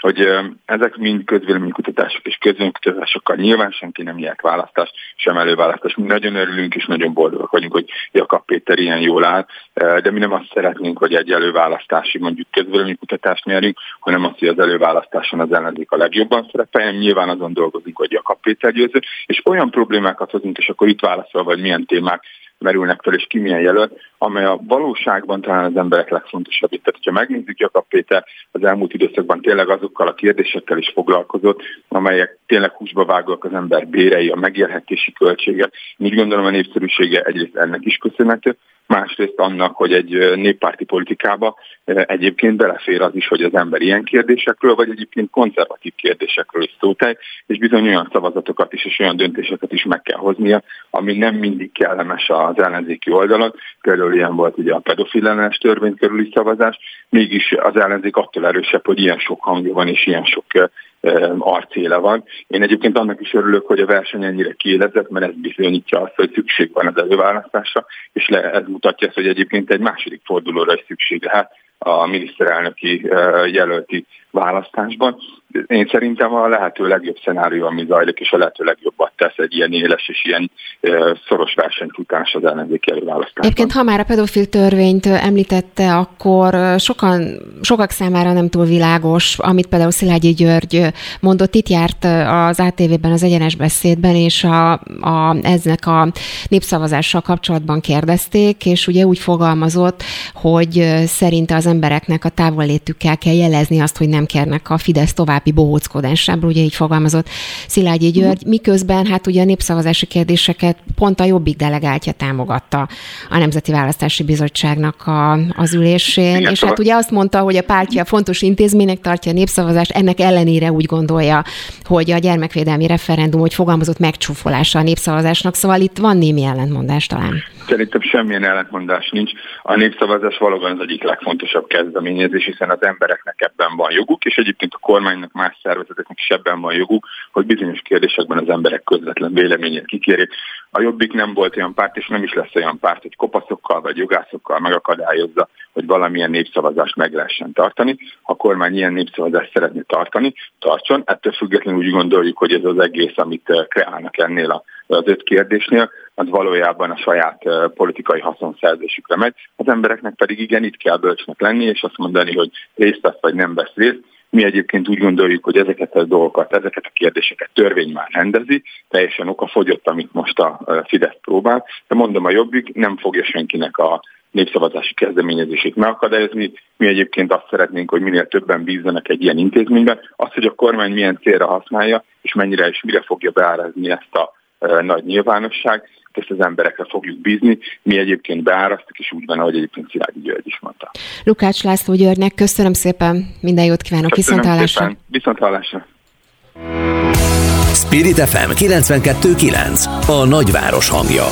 hogy ezek mind közvéleménykutatások és közvéleménykutatásokkal nyilván senki nem nyert választást, sem előválasztást. Mi nagyon örülünk és nagyon boldogak vagyunk, hogy Jakab Péter ilyen jól áll, de mi nem azt szeretnénk, hogy egy előválasztási mondjuk közvéleménykutatást nyerjünk, hanem azt, hogy az előválasztáson az ellenzék a legjobban szerepeljen. Nyilván azon dolgozunk, hogy Jakab Péter győző, és olyan problémákat hozunk, és akkor itt válaszol, vagy milyen témák merülnek fel, és ki milyen jelölt, amely a valóságban talán az emberek legfontosabb. Tehát, hogyha megnézzük, Jakab Péter az elmúlt időszakban tényleg azokkal a kérdésekkel is foglalkozott, amelyek tényleg húsba vágóak az ember bérei, a megélhetési költségek. Úgy gondolom, a népszerűsége egyrészt ennek is köszönhető, másrészt annak, hogy egy néppárti politikába egyébként belefér az is, hogy az ember ilyen kérdésekről, vagy egyébként konzervatív kérdésekről is szótej, és bizony olyan szavazatokat is, és olyan döntéseket is meg kell hoznia, ami nem mindig kellemes az ellenzéki oldalon. Például ilyen volt ugye a pedofil ellenes törvény körüli szavazás, mégis az ellenzék attól erősebb, hogy ilyen sok hangja van, és ilyen sok arcéle van. Én egyébként annak is örülök, hogy a verseny ennyire kiélezett, mert ez bizonyítja azt, hogy szükség van az előválasztásra, és ez mutatja azt, hogy egyébként egy második fordulóra is szükség lehet a miniszterelnöki jelölti választásban. Én szerintem a lehető legjobb szenárió, ami zajlik, és a lehető legjobbat tesz egy ilyen éles és ilyen szoros versenyfutás az ellenzéki előválasztásban. Egyébként, ha már a pedofil törvényt említette, akkor sokak számára nem túl világos, amit például Szilágyi György mondott. Itt járt az ATV-ben az Egyenes Beszédben, és eznek a népszavazással kapcsolatban kérdezték, és ugye úgy fogalmazott, hogy szerinte az embereknek a távollétükkel kell jelezni azt, hogy nem kérnek a Fidesz további bohóckodásából, ugye így fogalmazott Szilágyi György, miközben hát ugye a népszavazási kérdéseket pont a Jobbik delegáltja támogatta a Nemzeti Választási Bizottságnak az ülésén, igen, és hát ugye azt mondta, hogy a pártja fontos intézménynek tartja a népszavazást, ennek ellenére úgy gondolja, hogy a gyermekvédelmi referendum, hogy fogalmazott megcsúfolása a népszavazásnak, szóval itt van némi ellentmondás talán. Szerintem semmilyen ellentmondás nincs. A népszavazás valóban az egyik legfontosabb kezdeményezés, hiszen az embereknek ebben van joguk, és egyébként a kormánynak, más szervezeteknek is ebben van joguk, hogy bizonyos kérdésekben az emberek közvetlen véleményét kikérjék. A Jobbik nem volt olyan párt, és nem is lesz olyan párt, hogy kopaszokkal vagy jogászokkal megakadályozza, hogy valamilyen népszavazást meg lehessen tartani. Ha a kormány ilyen népszavazást szeretné tartani, tartson. Ettől függetlenül úgy gondoljuk, hogy ez az egész, amit kreálnak ennél az 5 kérdésnél, az valójában a saját politikai haszonszerzésükre megy. Az embereknek pedig igen, itt kell bölcsnek lenni, és azt mondani, hogy részt vesz vagy nem vesz részt. Mi egyébként úgy gondoljuk, hogy ezeket a dolgokat, ezeket a kérdéseket törvény már rendezi, teljesen okafogyott, amit most a Fidesz próbál, de mondom, a Jobbik nem fogja senkinek a népszavazási kezdeményezését megakadályozni. Mi egyébként azt szeretnénk, hogy minél többen bízzanak egy ilyen intézményben. Az, hogy a kormány milyen célra használja, és mennyire és mire fogja beárazni ezt a nagy nyilvánosság, ezt az emberekre fogjuk bízni. Mi egyébként beárasztuk, és úgy van, ahogy egyébként Szilágyi György is mondta. Lukács László Györgynek köszönöm szépen, minden jót kívánok, viszonthallásra. Viszonthallásra. Spirit FM 92.9, a nagyváros hangja.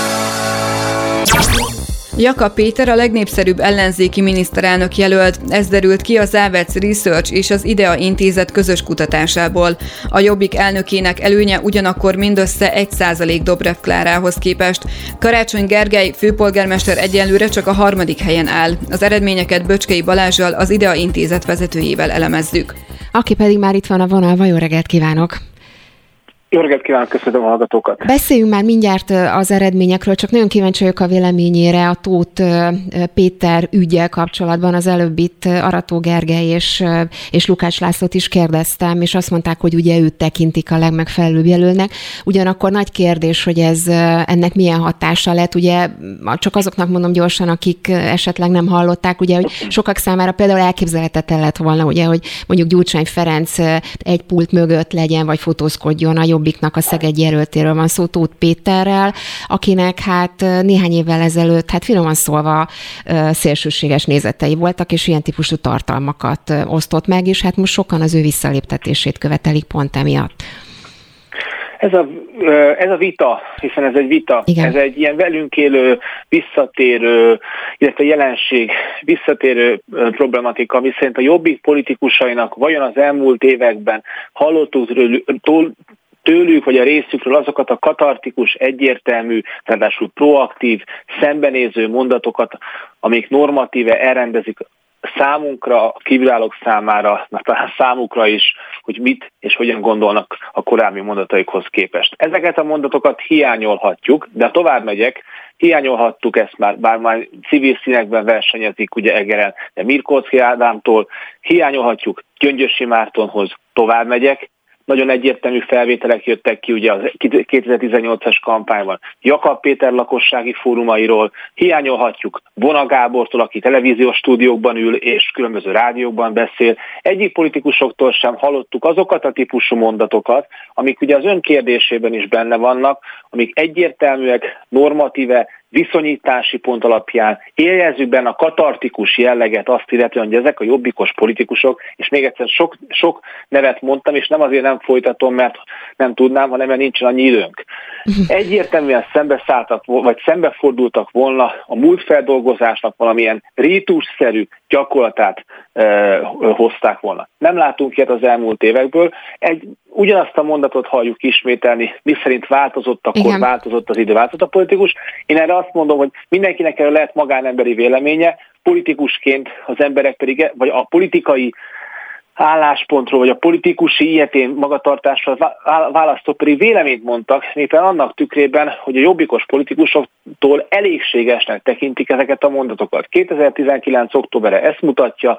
Jakab Péter a legnépszerűbb ellenzéki miniszterelnök jelölt, ez derült ki az Závec Research és az IDEA intézet közös kutatásából. A Jobbik elnökének előnye ugyanakkor mindössze 1% Dobrev Klárához képest. Karácsony Gergely főpolgármester egyenlőre csak a 3. helyen áll. Az eredményeket Böcskei Balázssal, az IDEA intézet vezetőjével elemezzük. Aki pedig már itt van a vonalban, jó reggelt kívánok! Jó reggelt kívánok, köszönöm a hallgatókat! Beszéljünk már mindjárt az eredményekről, csak nagyon kíváncsi vagyok a véleményére a Tóth Péter üggyel kapcsolatban. Az előbb itt Arató Gergely és Lukács Lászlót is kérdeztem, és azt mondták, hogy ugye őt tekintik a legmegfelelőbb jelölnek. Ugyanakkor nagy kérdés, hogy ennek milyen hatása lett. Ugye csak azoknak mondom gyorsan, akik esetleg nem hallották, ugye, hogy sokak számára például elképzelhetetlen lett volna, ugye, hogy mondjuk Gyurcsány Ferenc egy pult mögött legyen, vagy fotózkodjon. A Jobbiknak a Szeged jelöltéről van szó, Tóth Péterrel, akinek hát néhány évvel ezelőtt, hát finoman szólva szélsőséges nézetei voltak, és ilyen típusú tartalmakat osztott meg, és hát most sokan az ő visszaléptetését követelik pont emiatt. Ez a vita, hiszen ez egy vita, igen. Ez egy ilyen velünk élő, visszatérő, illetve jelenség, visszatérő problematika, ami szerint a Jobbik politikusainak vajon az elmúlt években hallottuk tőlük, vagy a részükről azokat a katartikus, egyértelmű, ráadásul proaktív, szembenéző mondatokat, amik normatíve elrendezik számunkra, a kívülállók számára, talán számukra is, hogy mit és hogyan gondolnak a korábbi mondataikhoz képest. Ezeket a mondatokat hiányolhatjuk, de tovább megyek, hiányolhattuk ezt már, bár már civil színekben versenyezik ugye Egeren, de Mirkóczky Ádámtól, hiányolhatjuk Gyöngyösi Mártonhoz, tovább megyek, nagyon egyértelmű felvételek jöttek ki ugye a 2018-as kampányban, Jakab Péter lakossági fórumairól, hiányolhatjuk Vona Gábortól, aki televíziós stúdiókban ül és különböző rádiókban beszél. Egyik politikusoktól sem hallottuk azokat a típusú mondatokat, amik ugye az ön kérdésében is benne vannak, amik egyértelműek, normatíve, viszonyítási pont alapján éljezzük benne a katartikus jelleget azt illetően, hogy ezek a jobbikos politikusok, és még egyszer sok nevet mondtam, és nem azért nem folytatom, mert nem tudnám, hanem mert nincsen annyi időnk. Egyértelműen szembefordultak volna a múltfeldolgozásnak valamilyen rítusszerű gyakorlatát hozták volna. Nem látunk ilyet az elmúlt évekből. Ugyanazt a mondatot halljuk ismételni, miszerint változott akkor, igen, változott az idő, változott a politikus. Én erre azt mondom, hogy mindenkinek erről lehet magánemberi véleménye, politikusként az emberek pedig, vagy a politikai álláspontról, vagy a politikusi ilyetén magatartásról választó pedig véleményt mondtak, éppen annak tükrében, hogy a jobbikos politikusoktól elégségesnek tekintik ezeket a mondatokat. 2019. októberre ezt mutatja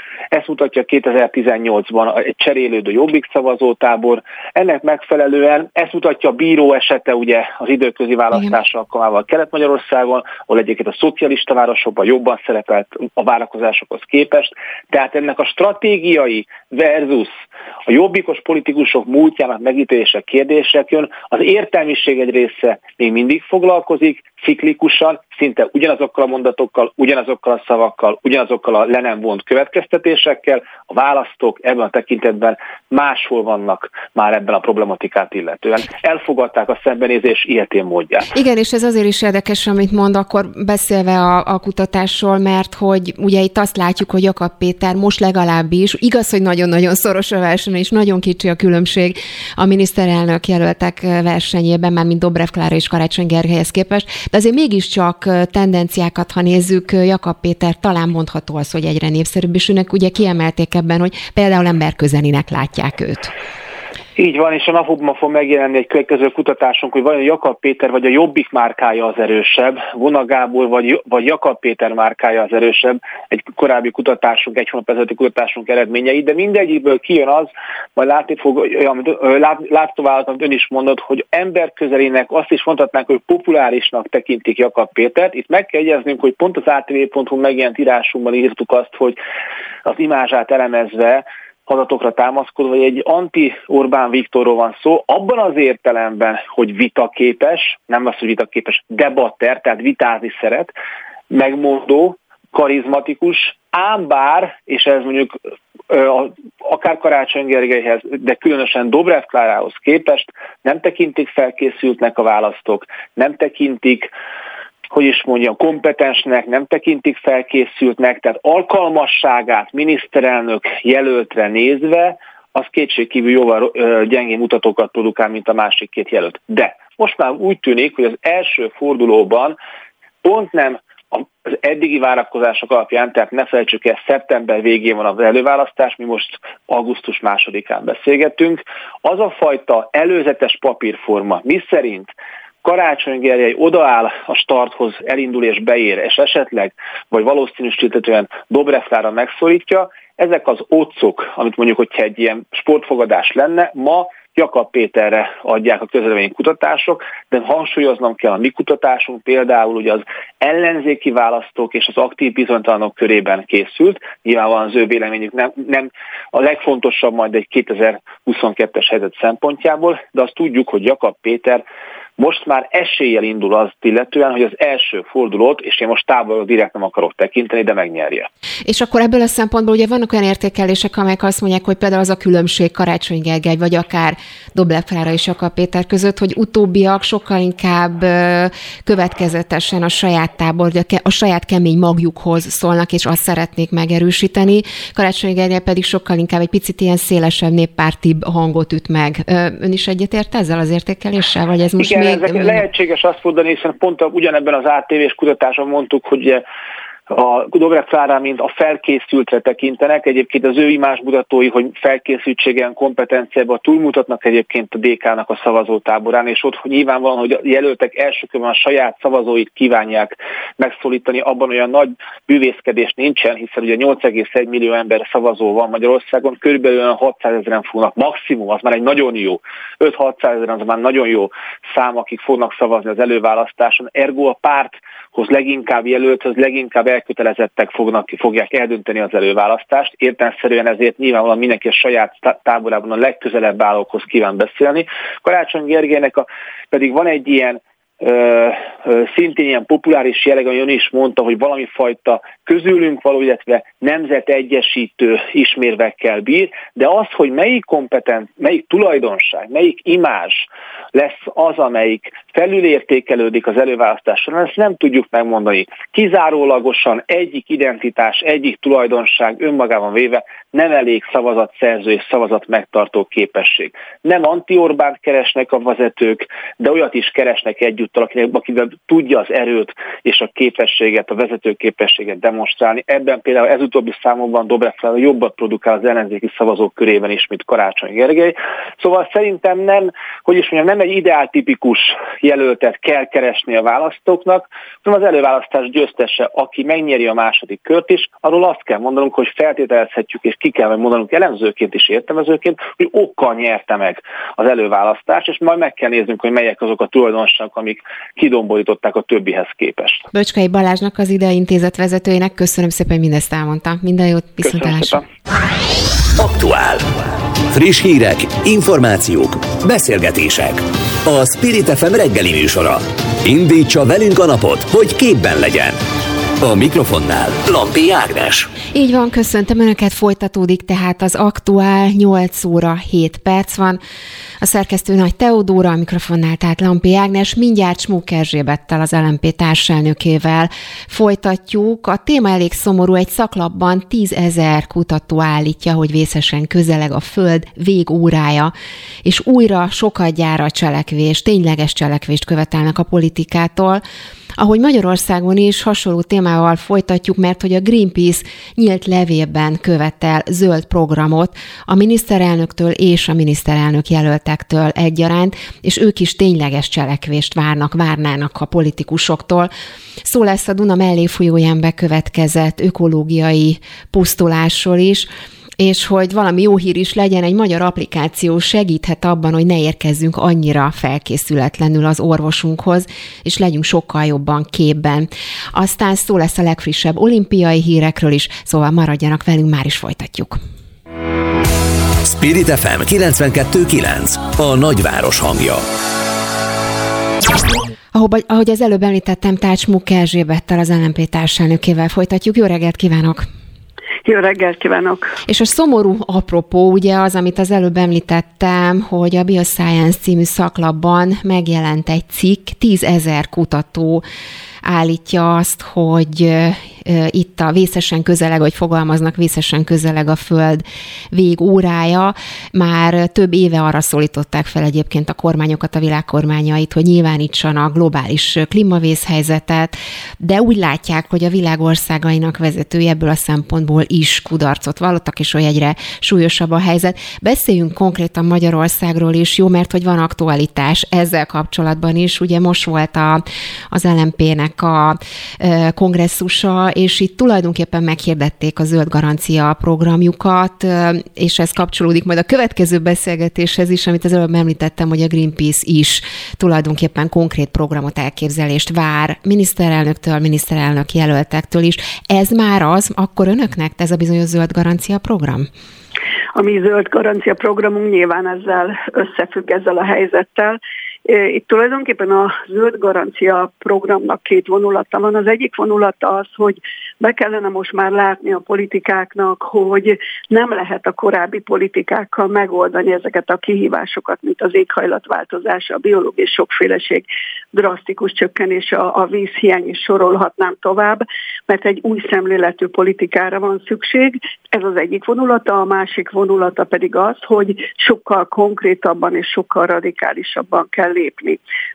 2018-ban egy cserélődő jobbik szavazótábor. Ennek megfelelően ezt mutatja a bíró esete ugye az időközi választás alkalmával Kelet-Magyarországon, ahol egyébként a szocialista városokban jobban szerepelt a várakozásokhoz képest. Tehát ennek a stratégiai versus a jobbikos politikusok múltjának megítélése kérdések jön. Az értelmiség egy része még mindig foglalkozik, ciklikusan, szinte ugyanazokkal a mondatokkal, ugyanazokkal a szavakkal, ugyanazokkal a le nem vont következtetésekkel. A választók ebben a tekintetben máshol vannak már ebben a problematikát illetően. Elfogadták a szembenézés ilyetén módját. Igen, és ez azért is érdekes, amit mond, akkor beszélve a kutatásról, mert hogy ugye itt azt látjuk, hogy Jakab Péter most legalábbis, igaz, hogy nagyon-nagyon szoros a verseny, és nagyon kicsi a különbség a miniszterelnök jelöltek versenyében, már mint Dobrev Klára és Karácsony Gergelyhez képest, de azért mégiscsak tendenciákat, ha nézzük, Jakab Péter talán mondható az, hogy egyre népszerűbb, és őnek ugye kiemelték ebben, hogy például emberközelinek látják őt. Így van, és a napokban fog megjelenni egy következő kutatásunk, hogy vajon Jakab Péter vagy a Jobbik márkája az erősebb, Vona Gábor vagy Jakab Péter márkája az erősebb, egy korábbi kutatásunk, egy hónap ezelőtti kutatásunk eredményei, de mindegyikből kijön az, majd látszóvállalat, amit ön is mondott, hogy emberközelének azt is mondhatnánk, hogy populárisnak tekintik Jakab Pétert. Itt meg kell jegyeznünk, hogy pont az ATV.hu megjelent írásunkban írtuk azt, hogy az imázsát elemezve, adatokra támaszkodva, hogy egy anti-Orbán Viktorról van szó, abban az értelemben, hogy vitaképes, nem az, hogy vitaképes, debatter, tehát vitázni szeret, megmondó, karizmatikus, ám bár, és ez mondjuk akár Karácsony Gergelyhez, de különösen Dobrev Klárához képest nem tekintik felkészültnek a választók, nem tekintik, hogy is mondjam, kompetensnek, nem tekintik felkészültnek, tehát alkalmasságát miniszterelnök jelöltre nézve, az kétségkívül jóval gyengébb mutatókat produkál, mint a másik két jelölt. De most már úgy tűnik, hogy az első fordulóban pont nem az eddigi várakozások alapján, tehát ne felejtsük el, szeptember végén van az előválasztás, mi most augusztus 2-án beszélgetünk, az a fajta előzetes papírforma, miszerint Karácsony Gergely odaáll a starthoz, elindul és beér, és esetleg, vagy valószínűsíthetően Dobrev Klára megszorítja, ezek az ócok, amit mondjuk, hogyha egy ilyen sportfogadás lenne, ma Jakab Péterre adják a közvéleménykutatások, de hangsúlyoznom kell, a mi kutatásunk például ugye az ellenzéki választók és az aktív bizonytalanok körében készült. Nyilvánvalóan az ő véleményük nem a legfontosabb majd egy 2022-es helyzet szempontjából, de azt tudjuk, hogy Jakab Péter most már eséllyel indul azt illetően, hogy az első fordulót, és én most távolról direkt nem akarok tekinteni, de megnyerje. És akkor ebből a szempontból ugye vannak olyan értékelések, amelyek azt mondják, hogy például az a különbség Karácsony Gergely, vagy akár Dobrev Klára és Jakab Péter között, hogy utóbbiak sokkal inkább következetesen a saját tábor, a saját kemény magjukhoz szólnak, és azt szeretnék megerősíteni. Karácsony Gergely pedig sokkal inkább egy picit ilyen szélesebb, néppártibb hangot üt meg. Ön is egyetért ezzel az értékeléssel, vagy ez most lehetséges azt mondani, hiszen pont ugyanebben az ATV-s kutatáson mondtuk, hogy a Dobrev Klárára, mint a felkészültre tekintenek. Egyébként az ő imázsmutatói, hogy felkészültségen, kompetenciában túlmutatnak egyébként a DK-nak a szavazótáborán, és ott nyilvánvalóan, hogy a jelöltek első körben a saját szavazóit kívánják megszólítani, abban olyan nagy bűvészkedés nincsen, hiszen ugye 8,1 millió ember szavazó van Magyarországon, körülbelül 600 000 fognak maximum, az már egy nagyon jó, 5-600 000 az már nagyon jó szám, akik fognak szavazni az előválasztáson. Ergo a párthoz leginkább jelölthöz, leginkább elkötelezettek fogják eldönteni az előválasztást. Értelemszerűen ezért nyilvánvalóan mindenki a saját táborában a legközelebb állókhoz kíván beszélni. Karácsony Gergelynek pedig van egy ilyen szintén ilyen populáris jelleg, ahogy ön is mondta, hogy valami fajta közülünk való, illetve nemzetegyesítő ismérvekkel bír, de az, hogy melyik tulajdonság, melyik imázs lesz az, amelyik felülértékelődik az előválasztáson, ezt nem tudjuk megmondani. Kizárólagosan egyik identitás, egyik tulajdonság önmagában véve nem elég szavazatszerző és szavazat megtartó képesség. Nem anti-Orbánt keresnek a vezetők, de olyat is keresnek egyúttal, akivel tudja az erőt és a képességet, a vezető képességet demonstrálni. Ebben például ez utóbbi számokban Dobrev Klára jobbat produkál az ellenzéki szavazók körében is, mint Karácsony Gergely. Szóval szerintem nem egy ideáltipikus jelöltet kell keresni a választóknak, hanem az előválasztás győztese, aki megnyeri a második kört is, arról azt kell mondanunk, hogy feltételezhetjük, és ki kell megmondanunk elemzőként és értelmezőként, hogy okkal nyerte meg az előválasztást, és majd meg kell néznünk, hogy melyek azok a tulajdonságok, amik kidomborították a többihez képest. Böcskei Balázsnak, az IDEA Intézet vezetőjének köszönöm szépen, hogy mindezt elmondta. Minden jót, viszontlátásra. Aktuál. Friss hírek, információk, beszélgetések. A Spirit FM reggeli műsora. Indítsa velünk a napot, hogy képben legyen. A mikrofonnál Lampi Ágnes. Így van, köszöntöm Önöket, folytatódik tehát az Aktuál, 8 óra 7 perc van. A szerkesztő Nagy Teodóra, a mikrofonnál tehát Lampi Ágnes, mindjárt Smuk Erzsébettel, az LMP társelnökével folytatjuk. A téma elég szomorú, egy szaklapban 10 000 kutató állítja, hogy vészesen közeleg a Föld végórája, és újra sokadjára cselekvést, tényleges cselekvést követelnek a politikától. Ahogy Magyarországon is hasonló témával folytatjuk, mert hogy a Greenpeace nyílt levélben követel zöld programot a miniszterelnöktől és a miniszterelnök jelöltektől egyaránt, és ők is tényleges cselekvést várnának a politikusoktól. Szó lesz a Duna melléfolyóján bekövetkezett ökológiai pusztulásról is, és hogy valami jó hír is legyen, egy magyar applikáció segíthet abban, hogy ne érkezzünk annyira felkészületlenül az orvosunkhoz, és legyünk sokkal jobban képben. Aztán szó lesz a legfrissebb olimpiai hírekről is, szóval maradjanak velünk, már is folytatjuk. Spirit FM 92.9, a nagyváros hangja. Ahogy az előbb említettem, Smuk Erzsébettel, az LMP társelnökével folytatjuk. Jó reggelt kívánok! Jó reggelt kívánok! És a szomorú apropó ugye az, amit az előbb említettem, hogy a Bioscience című szaklapban megjelent egy cikk, 10 000 kutató állítja azt, hogy itt a vészesen közeleg, vagy fogalmaznak, vészesen közeleg a Föld végórája. Már több éve arra szólították fel egyébként a kormányokat, a világkormányait, hogy nyilvánítsanak globális klímavészhelyzetet, de úgy látják, hogy a világ országainak vezetői ebből a szempontból is kudarcot vallottak, és hogy egyre súlyosabb a helyzet. Beszéljünk konkrétan Magyarországról is, jó, mert hogy van aktualitás ezzel kapcsolatban is. Ugye most volt az LMP-nek a kongresszusa, és itt tulajdonképpen meghirdették a zöld garancia programjukat, és ez kapcsolódik majd a következő beszélgetéshez is, amit az előbb említettem, hogy a Greenpeace is tulajdonképpen konkrét programot, elképzelést vár miniszterelnöktől, miniszterelnök jelöltektől is. Ez már az, akkor önöknek ez a bizonyos zöld garancia program? A mi zöld garancia programunk nyilván ezzel összefügg, ezzel a helyzettel. Itt tulajdonképpen a zöld garancia programnak két vonulata van. Az egyik vonulata az, hogy be kellene most már látni a politikáknak, hogy nem lehet a korábbi politikákkal megoldani ezeket a kihívásokat, mint az éghajlatváltozás, a biológiai sokféleség drasztikus csökkenése, a vízhiány, is sorolhatnám tovább, mert egy új szemléletű politikára van szükség. Ez az egyik vonulata, a másik vonulata pedig az, hogy sokkal konkrétabban és sokkal radikálisabban kell lépni.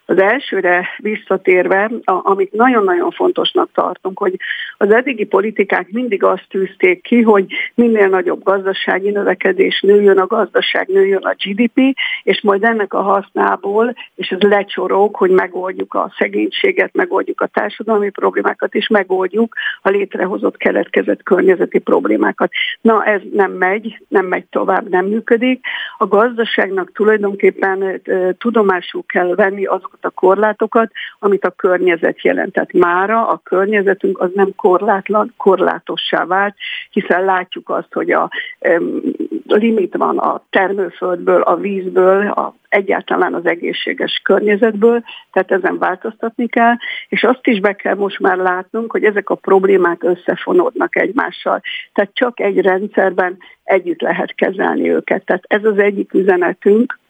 Az elsőre visszatérve, amit nagyon-nagyon fontosnak tartunk, hogy az eddigi politikák mindig azt tűzték ki, hogy minél nagyobb gazdasági növekedés, nőjön a gazdaság, nőjön a GDP, és majd ennek a hasznából, és ez lecsorog, hogy megoldjuk a szegénységet, megoldjuk a társadalmi problémákat, és megoldjuk a létrehozott keletkezett környezeti problémákat. Na, ez nem megy tovább, nem működik. A gazdaságnak tulajdonképpen tudomásul kell venni azokat a korlátokat, amit a környezet jelent. Tehát mára a környezetünk az nem korlátlan, korlátossá vált, hiszen látjuk azt, hogy a limit van a termőföldből, a vízből, egyáltalán az egészséges környezetből, tehát ezen változtatni kell, és azt is be kell most már látnunk, hogy ezek a problémák összefonódnak egymással. Tehát csak egy rendszerben együtt lehet kezelni őket. Tehát ez az egyik üzenet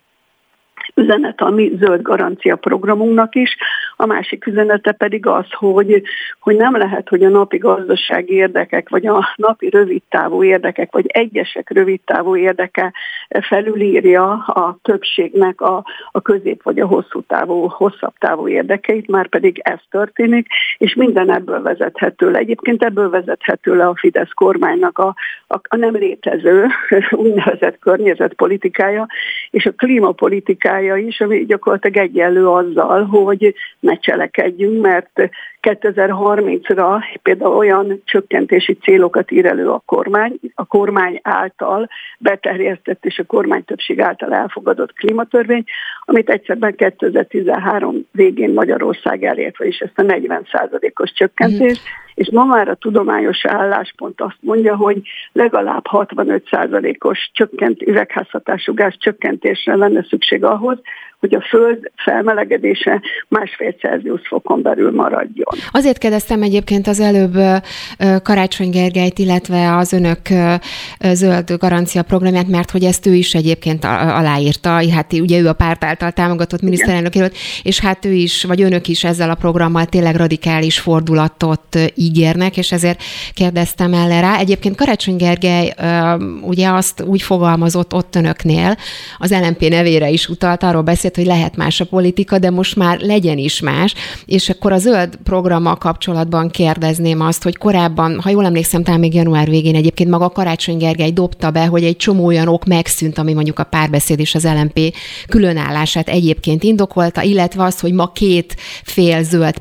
a mi zöld garancia programunknak is. A másik üzenete pedig az, hogy nem lehet, hogy a napi gazdasági érdekek, vagy a napi rövidtávú érdekek, vagy egyesek rövidtávú érdeke felülírja a többségnek a közép vagy a hosszabb távú érdekeit, már pedig ez történik, és minden ebből vezethető le. Egyébként ebből vezethető le a Fidesz kormánynak a nem létező úgynevezett környezetpolitikája, és a klímapolitikája is, ami gyakorlatilag egyenlő azzal, hogy ne cselekedjünk, mert 2030-ra például olyan csökkentési célokat ír elő a kormány által beterjesztett és a kormány többség által elfogadott klímatörvény, amit egyszerben 2013 végén Magyarország elért, vagyis ezt a 40%-os csökkentést, és ma már a tudományos álláspont azt mondja, hogy legalább 65%-os üvegházhatású gáz csökkentésre lenne szükség ahhoz, hogy a Föld felmelegedése 1,5 Celsius fokon belül maradjon. Azért kérdeztem egyébként az előbb Karácsony Gergelyt, illetve az önök zöld garancia programját, mert hogy ezt ő is egyébként aláírta, hát ugye ő a párt által támogatott miniszterelnök jelölt, és hát ő is, vagy önök is ezzel a programmal tényleg radikális fordulatot ígérnek, és ezért kérdeztem el rá. Egyébként Karácsony Gergely ugye azt úgy fogalmazott ott önöknél, az LMP nevére is utalt, arról beszélt, hogy lehet más a politika, de most már legyen is más, és akkor a zöld programmal kapcsolatban kérdezném azt, hogy korábban, ha jól emlékszem, talán még január végén egyébként maga Karácsony Gergely dobta be, hogy egy csomó olyan ok megszűnt, ami mondjuk a Párbeszéd és az LMP különállását egyébként indokolta, illetve azt, hogy ma kétféle zöld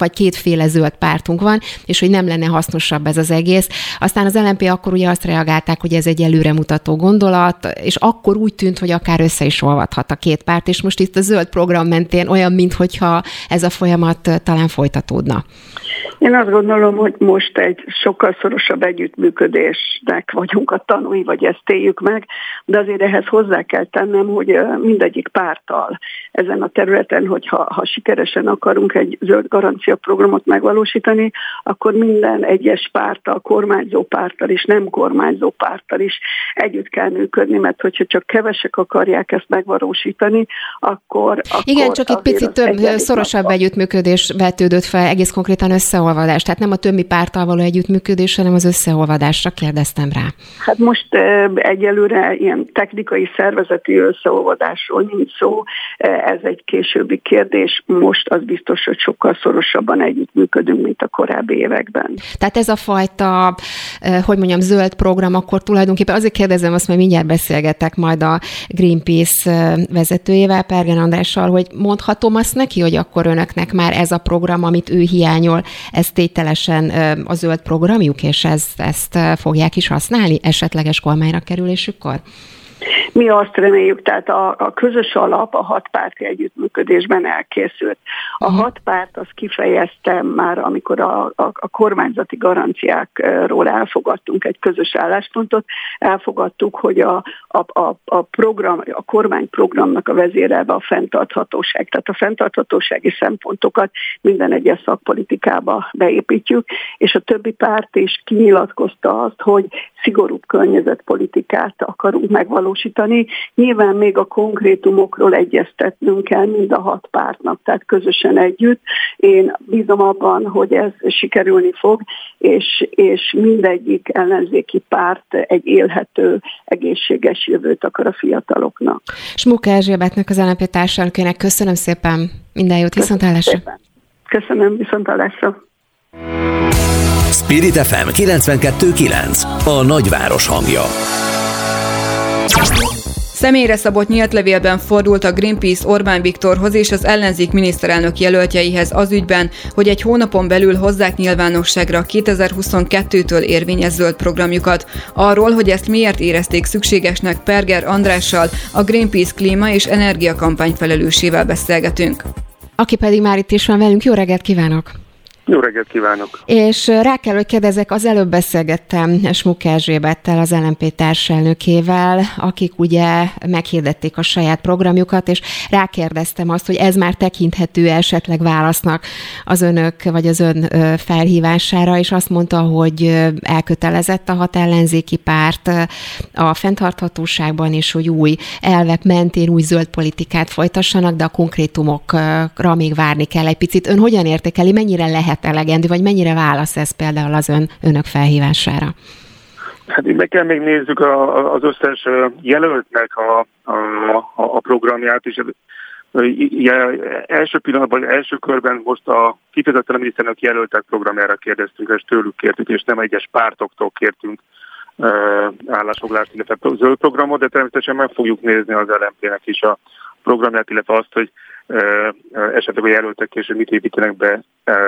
pártunk van, és hogy nem lenne hasznosabb ez az egész. Aztán az LMP akkor ugye azt reagálták, hogy ez egy előremutató gondolat, és akkor úgy tűnt, hogy akár össze is olvadhat a két párt, és most itt a zöld program mentén olyan, minthogyha ez a folyamat talán folytatódna. Én azt gondolom, hogy most egy sokkal szorosabb együttműködésnek vagyunk a tanúi, vagy ezt éljük meg, de azért ehhez hozzá kell tennem, hogy mindegyik párttal ezen a területen, hogyha sikeresen akarunk egy zöld garancia programot megvalósítani, akkor minden egyes párttal, kormányzó párttal és nem kormányzó párttal is együtt kell működni, mert hogyha csak kevesek akarják ezt megvalósítani, akkor igen, csak itt picit szorosabb együttműködés vetődött fel, egész konkrétan összeolvadás. Tehát nem a többi párttal való együttműködés, hanem az összeolvadásra kérdeztem rá. Hát most egyelőre ilyen technikai szervezeti összeolvadásról nincs szó, ez egy későbbi kérdés. Most az biztos, hogy sokkal szorosabban együttműködünk, mint a korábbi években. Tehát ez a fajta, zöld program, akkor tulajdonképpen azért kérdezem, azt majd mindjárt beszélgetek majd a Greenpeace vezetőjével, Pergen Andrással, hogy mondhatom azt neki, hogy akkor önöknek már ez a program, amit ő hiányol, ez tételesen a zöld programjuk, és ezt fogják is használni esetleges kormányra kerülésükkor? Mi azt reméljük, tehát a közös alap a 6 párti együttműködésben elkészült. A 6 párt az kifejezte már, amikor a kormányzati garanciákról elfogadtunk egy közös álláspontot, elfogadtuk, hogy a kormányprogramnak a vezérelve a fenntarthatóság. Tehát a fenntarthatósági szempontokat minden egyes szakpolitikába beépítjük, és a többi párt is kinyilatkozta azt, hogy szigorúbb környezetpolitikát akarunk megvalósítani. Nyilván még a konkrétumokról egyeztetnünk kell mind a 6 pártnak, tehát közösen együtt. Én bízom abban, hogy ez sikerülni fog, és mindegyik ellenzéki párt egy élhető, egészséges jövőt akar a fiataloknak. Smucker Erzsébetnek, az LMP társelnökének köszönöm szépen Minden jót, viszonthallásra. Köszönöm, viszonthallásra. Spirit FM 92.9, a nagyváros hangja. Személyre szabott nyílt levélben fordult a Greenpeace Orbán Viktorhoz és az ellenzék miniszterelnök jelöltjeihez az ügyben, hogy egy hónapon belül hozzák nyilvánosságra 2022-től érvényes zöld programjukat. Arról, hogy ezt miért érezték szükségesnek, Perger Andrással, a Greenpeace klíma és energiakampány felelősével beszélgetünk. Aki pedig már itt is van velünk, jó reggelt kívánok! Jó reggelt kívánok! És rá kell, hogy kérdezek, az előbb beszélgettem Smuk Erzsébettel, az LMP társelnökével, akik ugye meghirdették a saját programjukat, és rákérdeztem azt, hogy ez már tekinthető esetleg válasznak az önök, vagy az ön felhívására, és azt mondta, hogy elkötelezett a 6 ellenzéki párt a fenntarthatóságban, és hogy új elvek mentén új zöld politikát folytassanak, de a konkrétumokra még várni kell egy picit. Ön hogyan értékeli, mennyire lehet elegendő, vagy mennyire válasz ez például az önök felhívására? Hát így meg kell még nézzük az összes jelöltnek a programját, és első pillanatban, első körben most kifejezetten a miniszterelnök jelöltek programjára kérdeztünk, és tőlük kértük, és nem egyes pártoktól kértünk állásfoglalást, illetve zöld programot, de természetesen meg fogjuk nézni az LMP-nek is a programját, illetve azt, hogy esetleg a jelöltek később mit építenek be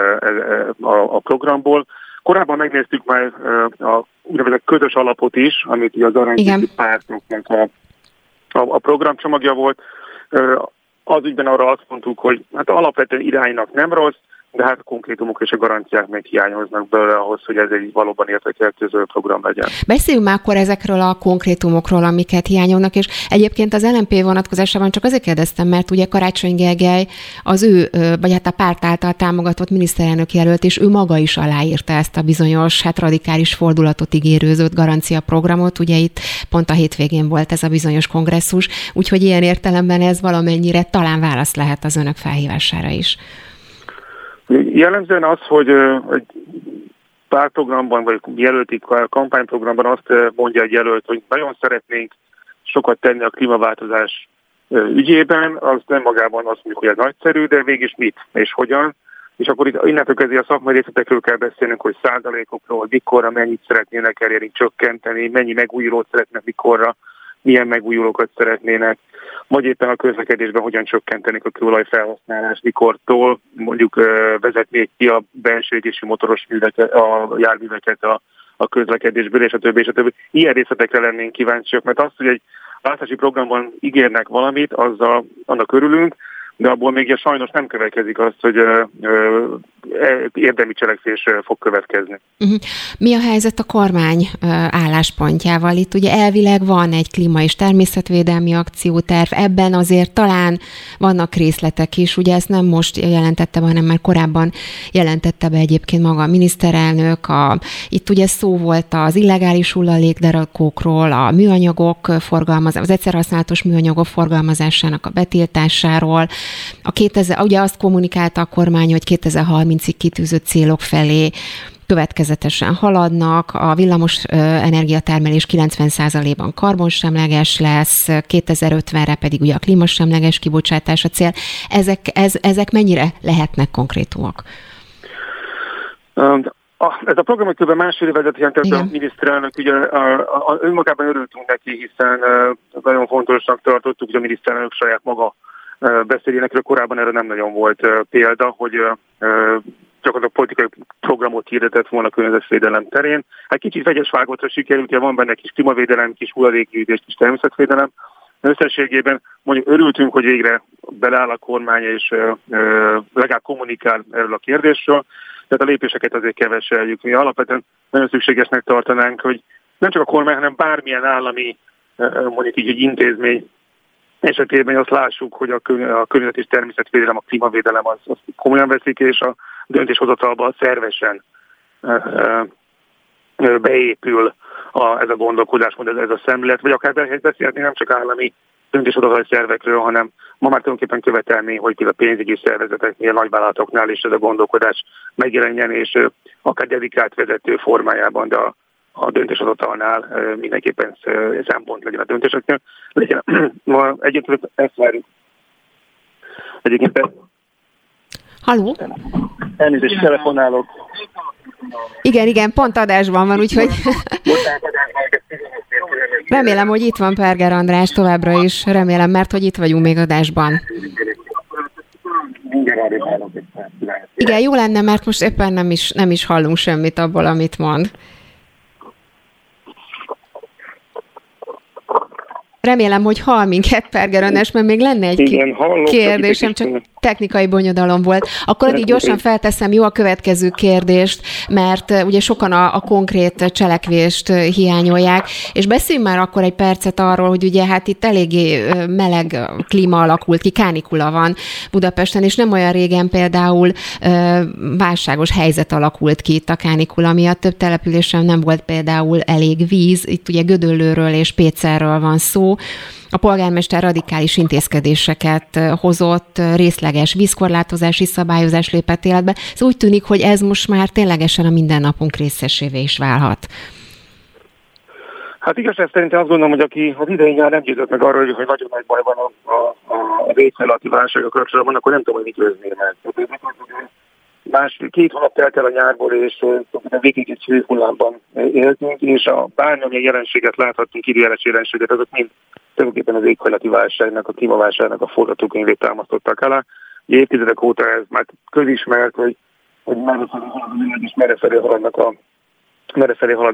a programból. Korábban megnéztük már a úgynevezett közös alapot is, amit az aranyzéki pártoknak a programcsomagja volt. Az ügyben arra azt mondtuk, hogy hát alapvetően iránynak nem rossz, de hát a konkrétumok és a garanciák meg hiányoznak belőle ahhoz, hogy ez egy valóban értékelhető program legyen. Beszéljünk már akkor ezekről a konkrétumokról, amiket hiányoznak, és egyébként az LMP vonatkozásában csak azért kérdeztem, mert ugye Karácsony Gergely az ő, vagy hát a párt által támogatott miniszterelnök jelölt, és ő maga is aláírta ezt a bizonyos, hát radikális fordulatot ígérő zöld garancia programot, ugye itt pont a hétvégén volt ez a bizonyos kongresszus, úgyhogy ilyen értelemben ez valamennyire talán válasz lehet az önök felhívására is. Jellemzően az, hogy egy pártprogramban, vagy jelölti kampányprogramban azt mondja egy jelölt, hogy nagyon szeretnénk sokat tenni a klímaváltozás ügyében, az nem magában azt mondjuk, hogy ez nagyszerű, de végig mit és hogyan. És akkor itt innentől kezdve a szakmai részletekről kell beszélnünk, hogy százalékokról, mikorra mennyit szeretnének elérni, csökkenteni, mennyi megújulót szeretnének, mikorra, milyen megújulókat szeretnének, vagy éppen a közlekedésben hogyan csökkentenék a kőolaj felhasználást, mikortól mondjuk vezetnék ki a belső égési motoros járműveket a közlekedésből, és a többi, és a többi. Ilyen részletekre lennénk kíváncsiak, mert azt, hogy egy választási programban ígérnek valamit, annak örülünk, de abból még sajnos nem következik azt, hogy érdemi cselekvés fog következni. Mi a helyzet a kormány álláspontjával? Itt ugye elvileg van egy klíma- és természetvédelmi akcióterv, ebben azért talán vannak részletek is, ugye ezt nem most jelentette be, hanem már korábban jelentette be egyébként maga a miniszterelnök. Itt ugye szó volt az illegális hulladéklerakókról, a műanyagok az egyszerhasználatos műanyagok forgalmazásának a betiltásáról. Ugye azt kommunikálta a kormány, hogy 2030-ig kitűzött célok felé következetesen haladnak, a villamos energiatermelés 90%-ban karbonsemleges lesz, 2050-re pedig ugye a klímasemleges kibocsátás a cél. Ezek mennyire lehetnek konkrétumok? Ez a program kb. Másfél évet jelentett a miniszterelnök, ugye önmagában örültünk neki, hiszen nagyon fontosnak tartottuk, hogy a miniszterelnök saját maga beszéljenek, korábban erre nem nagyon volt példa, hogy csak a politikai programot hirdetett volna a környezetvédelem terén. Hát kicsit vegyes vágótra sikerült, van benne kis klímavédelem, kis hulladékgyűjtés, kis természetvédelem. Összességében mondjuk örültünk, hogy végre beleáll a kormány, és legalább kommunikál erről a kérdésről, tehát a lépéseket azért keveseljük. Mi alapvetően nagyon szükségesnek tartanánk, hogy nem csak a kormány, hanem bármilyen állami, mondjuk így egy intézmény esetében azt lássuk, hogy a környezet és természetvédelem, a klímavédelem az komolyan veszik, és a döntéshozatalban szervesen beépül ez a gondolkodásmód, ez a szemlélet, vagy akár beszélhetni nem csak állami döntéshozatali szervekről, hanem ma már tulajdonképpen követelni, hogy a pénzügyi szervezeteknél, nagyvállalatoknál is ez a gondolkodás megjelenjen, és akár dedikált vezető formájában, de a döntéshozatalnál mindenképpen szempont legyen a döntéseknél. Egyébként ezt várjuk. Egyébként Halló? Elnézést, telefonálok. Igen, pont adásban van, úgyhogy remélem, hogy itt van Perger András továbbra is, remélem, mert hogy itt vagyunk még adásban. Igen, jó lenne, mert most éppen nem is hallunk semmit abból, amit mond. Remélem, hogy hall minket Perger András, mert még lenne egy kérdésem, csak technikai bonyodalom volt. Akkor így gyorsan felteszem a következő kérdést, mert ugye sokan a konkrét cselekvést hiányolják, és beszéljünk már akkor egy percet arról, hogy ugye hát itt eléggé meleg klíma alakult ki, kánikula van Budapesten, és nem olyan régen például válságos helyzet alakult ki itt a kánikula miatt. Több településen nem volt például elég víz, itt ugye Gödöllőről és Pécelről van szó. A polgármester radikális intézkedéseket hozott, részleges vízkorlátozási szabályozás lépett életbe. Szóval úgy tűnik, hogy ez most már ténylegesen a mindennapunk részesévé is válhat. Hát igazság szerint azt gondolom, hogy aki az idei nyár nem győzött meg arról, hogy nagyon nagy baj van a éghajlati válsággal kapcsolatban, akkor nem tudom, hogy mit őzni meg. Két hónap telt el a nyárból, és végig egy hőhullámban éltünk, és a bármilyen jelenséget láthattunk, időjeles jelenséget, azok mind tulajdonképpen az éghajlati válságnak, a klímaválságnak a forgatókönyvét támasztottak alá. Évtizedek óta ez már közismert, hogy merre felé halad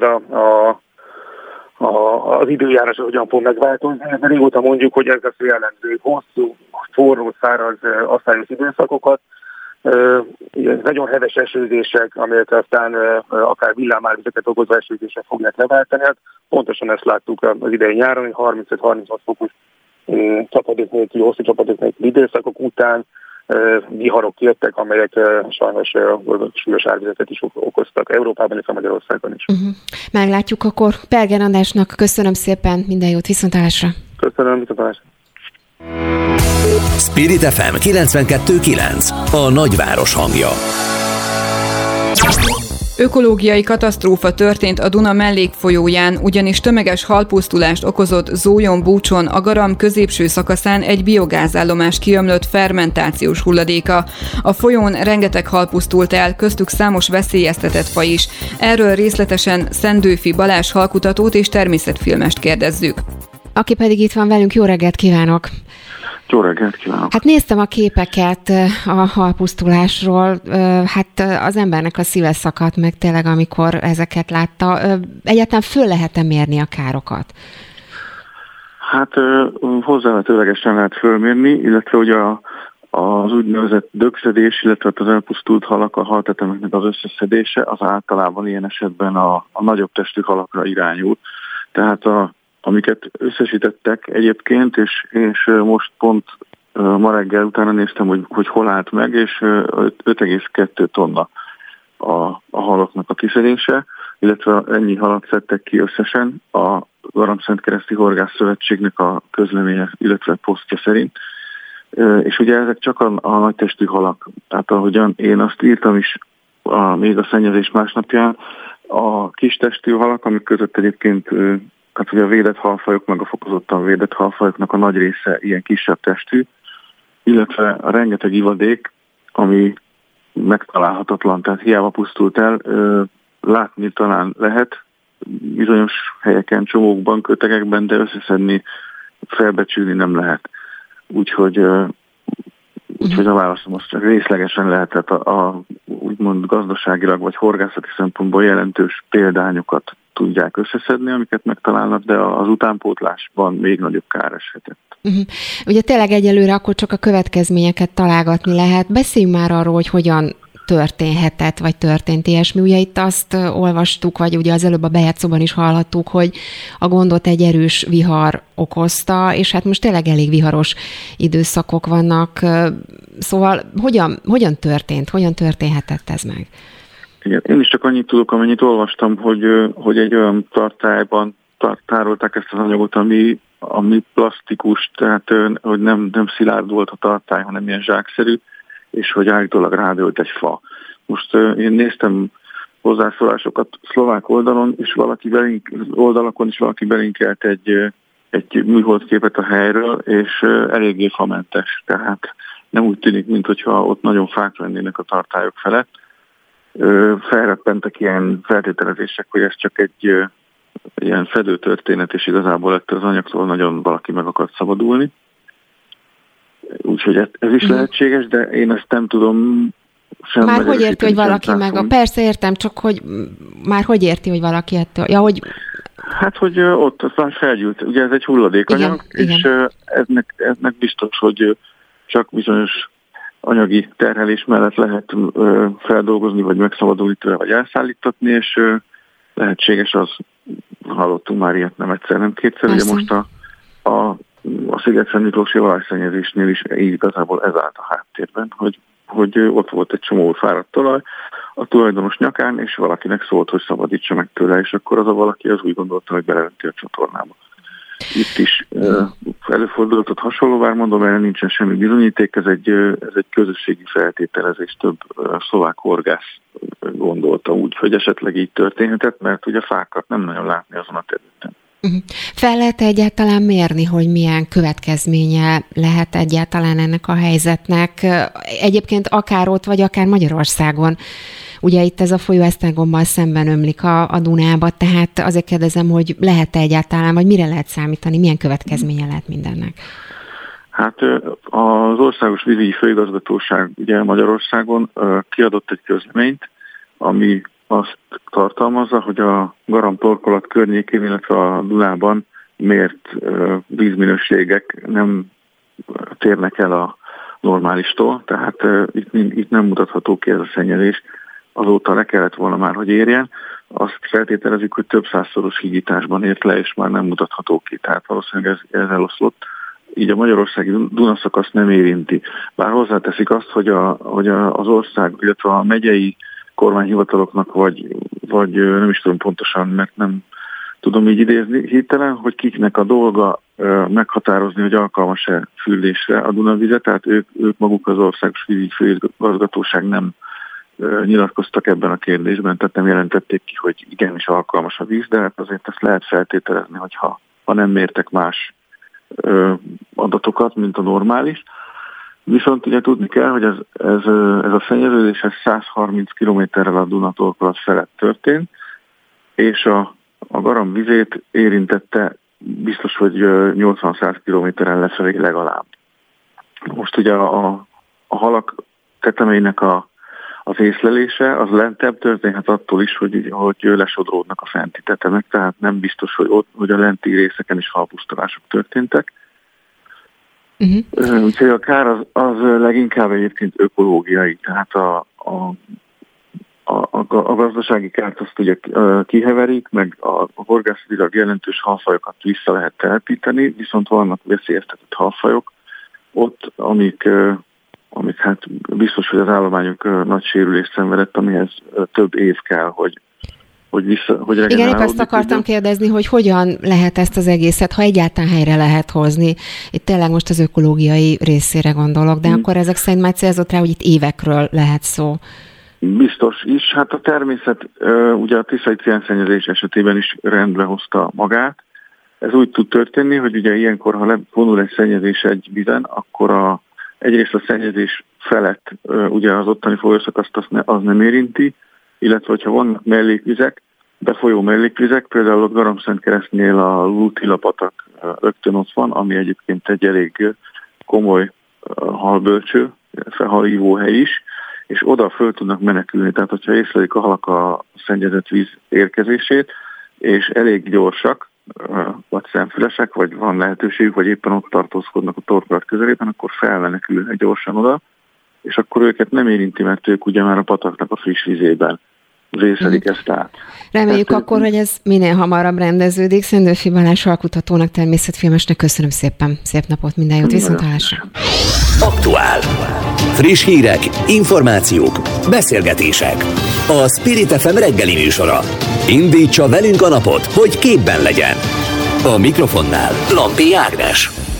az időjárás, hogyan fog megváltozni. De régóta mondjuk, hogy ez lesz jellemző hosszú, forró, száraz, asszályos időszakokat, nagyon heves esőzések, amelyek aztán akár villámárvizeket okozó esőzések fogják leváltani. Hát pontosan ezt láttuk az idei nyáron, hogy 35-36 fokos csapadék nélkül, hosszú csapadék nélkül időszakok után viharok jöttek, amelyek sajnos súlyos árvizetet is okoztak Európában és a Magyarországon is. Meglátjuk akkor. Perger Andrásnak köszönöm szépen, minden jót, viszontlátásra. Köszönöm, viszontlátásra. Spirit FM 92.9, a nagyváros hangja. Ökológiai katasztrófa történt a Duna mellékfolyóján, ugyanis tömeges halpusztulást okozott Zójon-Búcson a Garam középső szakaszán egy biogázállomás kiömlött fermentációs hulladéka. A folyón rengeteg hal pusztult el, köztük számos veszélyeztetett faj is. Erről részletesen Szendőfi Balázs halkutatót és természetfilmest kérdezzük. Aki pedig itt van velünk, jó reggelt kívánok! Jó reggelt kívánok! Hát néztem a képeket a halpusztulásról, hát az embernek a szíve szakadt meg tényleg, amikor ezeket látta. Egyáltalán föl lehet-e mérni a károkat? Hát hozzávetőlegesen lehet fölmérni, illetve ugye az úgynevezett dögszedés, illetve az elpusztult halak, a haltetemeknek az összeszedése az általában ilyen esetben a nagyobb testű halakra irányul. Tehát amiket összesítettek egyébként, és most pont ma reggel utána néztem, hogy hol állt meg, és 5,2 tonna a halaknak a kiszedése, illetve ennyi halat szedtek ki összesen a Garam-Szentkereszti Horgász Szövetségnek a közleménye, illetve posztja szerint. És ugye ezek csak a nagytestű halak. Tehát ahogyan én azt írtam is még a szennyezés másnapján, a kis testű halak, amik között egyébként hát ugye a védett halfajok, meg a fokozottan védett halfajoknak a nagy része ilyen kisebb testű, illetve a rengeteg ivadék, ami megtalálhatatlan, tehát hiába pusztult el, látni talán lehet bizonyos helyeken, csomókban, kötegekben, de összeszedni, felbecsülni nem lehet. Úgyhogy a válaszom azt csak részlegesen lehetett úgymond gazdaságilag vagy horgászati szempontból jelentős példányokat tudják összeszedni, amiket megtalálnak, de az utánpótlásban még nagyobb kár eshetett. Ugye tényleg egyelőre akkor csak a következményeket találgatni lehet. Beszéljünk már arról, hogy hogyan történhetett, vagy történt ilyesmi. Ugye itt azt olvastuk, vagy ugye az előbb a bejátszóban is hallhattuk, hogy a gondot egy erős vihar okozta, és hát most tényleg elég viharos időszakok vannak. Szóval hogyan történhetett ez meg? Igen, én is csak annyit tudok, amennyit olvastam, hogy egy olyan tartályban tárolták ezt az anyagot, ami plastikus, tehát hogy nem szilárd volt a tartály, hanem ilyen zsákszerű, és hogy állítólag rádőlt egy fa. Most én néztem hozzászólásokat szlovák oldalon, és oldalakon is valaki belinkelt egy műholdképet a helyről, és eléggé famentes. Tehát nem úgy tűnik, mintha ott nagyon fák lennének a tartályok felett. Felrettentek ilyen feltételezések, hogy ez csak egy ilyen fedő történet, és igazából ettől az anyagtól nagyon valaki meg akart szabadulni. Úgyhogy ez is lehetséges, de én ezt nem tudom sem. Már hogy érti, hogy valaki meg persze értem, csak hogy már hogy érti, hogy valaki ettől? Ja, hogy... Hát, hogy ott aztán felgyűlt. Ugye ez egy hulladékanyag, és ennek biztos, hogy csak bizonyos anyagi terhelés mellett lehet feldolgozni, vagy megszabadulni tőle, vagy elszállítatni, és lehetséges az, hallottunk már ilyet nem egyszer, nem kétszer. Ugye most a Sziget-Szent Miklósi olajszennyezésnél is igazából ez állt a háttérben, hogy ott volt egy csomó fáradt talaj a tulajdonos nyakán, és valakinek szólt, hogy szabadítsa meg tőle, és akkor az a valaki az úgy gondolta, hogy beleventi a csatornába. Itt is előfordulhat hasonló, bár mondom, erre nincsen semmi bizonyíték, ez egy közösségi feltételezés, több szlovák horgász gondolta úgy, hogy esetleg így történhetett, mert ugye fákat nem nagyon látni azon a területen. Fel lehet egyáltalán mérni, hogy milyen következménye lehet egyáltalán ennek a helyzetnek? Egyébként akár ott, vagy akár Magyarországon. Ugye itt ez a folyó Esztergommal szemben ömlik a Dunába, tehát azért kérdezem, hogy lehet egyáltalán, vagy mire lehet számítani, milyen következménye lehet mindennek? Hát az Országos Vízügyi Főigazgatóság ugye Magyarországon kiadott egy közleményt, ami azt tartalmazza, hogy a Garam torkolat környékén, illetve a Dunában mért vízminőségek nem térnek el a normálistól, tehát itt nem mutatható ki ez a szennyezés. Azóta le kellett volna már, hogy érjen. Azt feltételezik, hogy több százszoros hígításban ért le, és már nem mutatható ki, tehát valószínűleg ez eloszlott. Így a magyarországi Dunaszakaszt nem érinti. Bár hozzáteszik azt, hogy az ország, illetve a megyei kormányhivataloknak, vagy nem is tudom pontosan, mert nem tudom így idézni hirtelen, hogy kiknek a dolga meghatározni, hogy alkalmas-e fürdésre a Dunavizet, tehát ők maguk az Országos Vízügyi Főigazgatóság nem nyilatkoztak ebben a kérdésben, tehát nem jelentették ki, hogy igenis alkalmas a víz, de hát azért ezt lehet feltételezni, hogy ha nem mértek más adatokat, mint a normális. Viszont ugye tudni kell, hogy ez a szennyeződés 130 kilométerrel a Duna torkolat felett történt, és a Garam vizét érintette biztos, hogy 80-100 kilométeren lefelé legalább. Most ugye a halak tetemeinek az észlelése az lentebb történhet attól is, hogy lesodródnak a fenti tetemek, tehát nem biztos, hogy a lenti részeken is halpusztulások történtek. Úgyhogy a kár az leginkább egyébként ökológiai, tehát a gazdasági kárt azt ugye kiheverik, meg a horgászatilag jelentős halfajokat vissza lehet telepíteni, viszont vannak veszélyeztetett halfajok ott, amik hát biztos, hogy az állományok nagy sérülést szenvedett, amihez több év kell, hogy igen, épp ezt akartam kérdezni, hogy hogyan lehet ezt az egészet, ha egyáltalán helyre lehet hozni. Itt tényleg most az ökológiai részére gondolok, de akkor ezek szerint már célzott rá, hogy itt évekről lehet szó. Biztos is. Hát a természet ugye a tiszai ciánszennyezés esetében is rendbe hozta magát. Ez úgy tud történni, hogy ugye ilyenkor, ha vonul egy szennyezés egy vízen, akkor egyrészt a szennyezés felett ugye az ottani folyószakaszt az nem érinti, illetve hogyha vannak mellékvizek, befolyó mellékvizek, például a Garamszentkeresztnél a Lutila-patak rögtön ott van, ami egyébként egy elég komoly halbölcső, illetve halívóhely is, és oda föl tudnak menekülni. Tehát, hogyha észlelik a halak a szennyezett víz érkezését, és elég gyorsak, vagy szemfülesek, vagy van lehetőségük, vagy éppen ott tartózkodnak a torkolat közelében, akkor felmenekülnek gyorsan oda, és akkor őket nem érinti, mert ők ugye már a pataknak a friss vizében vészelik ezt át. Reméljük akkor, hogy ez minél hamarabb rendeződik. Szendőfi Balázs alkutatónak, természetfilmesnek köszönöm szépen. Szép napot, minden jót, viszonthallásra. Aktuál. Friss hírek, információk, beszélgetések. A Spirit FM reggeli műsora. Indítsa velünk a napot, hogy képben legyen. A mikrofonnál Lampi Ágnes.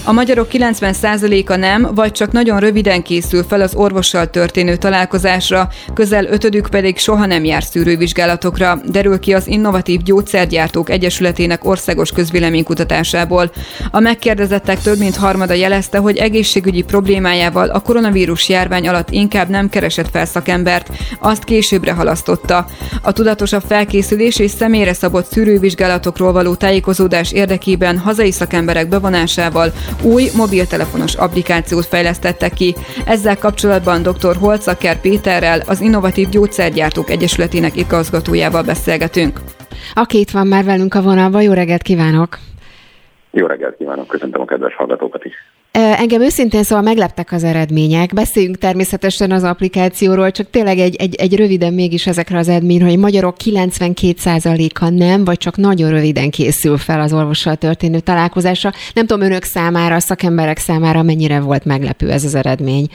A magyarok 90%-a nem, vagy csak nagyon röviden készül fel az orvossal történő találkozásra, közel 5-ük pedig soha nem jár szűrővizsgálatokra, derül ki az Innovatív Gyógyszergyártók Egyesületének országos közvéleménykutatásából. A megkérdezettek több mint harmada jelezte, hogy egészségügyi problémájával a koronavírus járvány alatt inkább nem keresett fel szakembert, azt későbbre halasztotta. A tudatosabb felkészülés és személyre szabott szűrővizsgálatokról való tájékozódás érdekében hazai szakemberek bevonásával új mobiltelefonos applikációt fejlesztettek ki. Ezzel kapcsolatban dr. Holcaker Péterrel, az Innovatív Gyógyszergyártók Egyesületének igazgatójával beszélgetünk. Aki itt van már velünk a vonalban, jó reggelt kívánok! Jó reggelt kívánok, köszöntöm a kedves hallgatókat is. Engem őszintén szóval megleptek az eredmények. Beszéljünk természetesen az applikációról, csak tényleg egy röviden mégis ezekre az eredményről, hogy magyarok 92%-a nem, vagy csak nagyon röviden készül fel az orvossal történő találkozásra. Nem tudom, önök számára, a szakemberek számára mennyire volt meglepő ez az eredmény?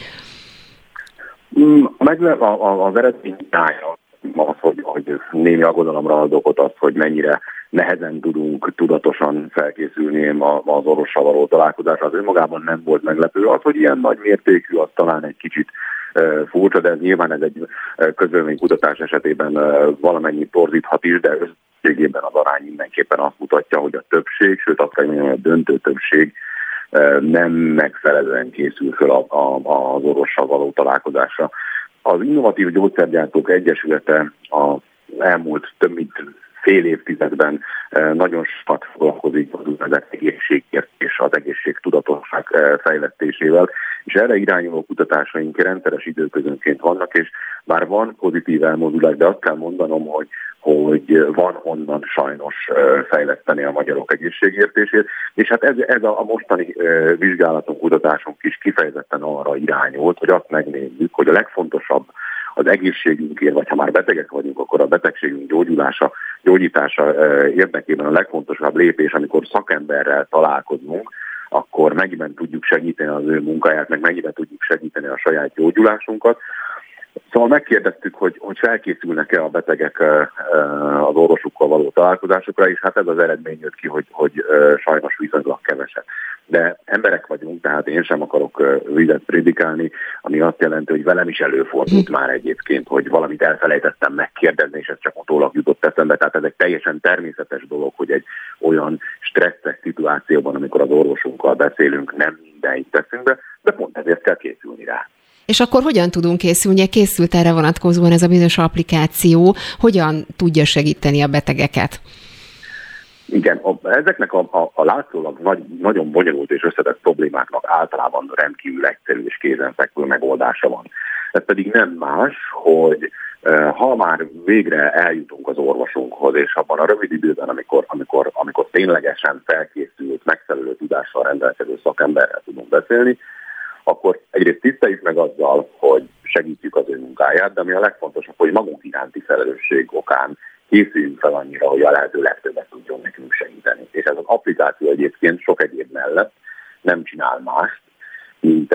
Az eredmény az, hogy némi aggodalomra ad okot az, hogy mennyire nehezen tudunk tudatosan felkészülni az orvossal való találkozásra. Az önmagában nem volt meglepő. Az, hogy ilyen nagy mértékű, az talán egy kicsit furcsa, de nyilván ez egy közvéleménykutatás esetében valamennyi torzíthat is, de összességében az arány mindenképpen azt mutatja, hogy a többség, sőt azt kell mondani, hogy a döntő többség nem megfelelően készül fel az orvossal való találkozásra. Az Innovatív Gyógyszergyártók Egyesülete az elmúlt több mint fél évtizedben nagyon sokat foglalkozik az egészségért és az egészségtudatosság fejlesztésével, és erre irányuló kutatásaink rendszeres időközönként vannak, és bár van pozitív elmozdulás, de azt kell mondanom, hogy van honnan sajnos fejleszteni a magyarok egészségértését, és hát ez a mostani vizsgálatunk, kutatásunk is kifejezetten arra irányult, hogy azt megnézzük, hogy a legfontosabb az egészségünkért, vagy ha már betegek vagyunk, akkor a betegségünk gyógyítása érdekében a legfontosabb lépés, amikor szakemberrel találkozunk, akkor mennyiben tudjuk segíteni az ő munkáját, meg mennyiben tudjuk segíteni a saját gyógyulásunkat. Szóval megkérdeztük, hogy felkészülnek-e a betegek az orvosukkal való találkozásokra, és hát ez az eredmény jött ki, hogy sajnos viszonylag keveset. De emberek vagyunk, tehát én sem akarok vizet prédikálni, ami azt jelenti, hogy velem is előfordult már egyébként, hogy valamit elfelejtettem megkérdezni, és ez csak utólag jutott eszembe. Tehát ez egy teljesen természetes dolog, hogy egy olyan stresszes szituációban, amikor az orvosunkkal beszélünk, nem mindent teszünk be, de pont ezért kell készülni rá. És akkor hogyan tudunk készülni? Készült erre vonatkozóan ez a bizonyos applikáció, hogyan tudja segíteni a betegeket? Igen, ezeknek a látszólag nagyon bonyolult és összetett problémáknak általában rendkívül egyszerű és kézenfekvő megoldása van. Ez pedig nem más, hogy ha már végre eljutunk az orvosunkhoz, és abban a rövid időben, amikor ténylegesen felkészült, megfelelő tudással rendelkező szakemberrel tudunk beszélni, akkor egyrészt tiszteljük meg azzal, hogy segítjük az ő munkáját, de ami a legfontosabb, hogy magunk iránti felelősség okán készüljünk fel annyira, hogy a lehető legtöbbet tudjon nekünk segíteni. És ez az applikáció egyébként sok egyéb mellett nem csinál mást, mint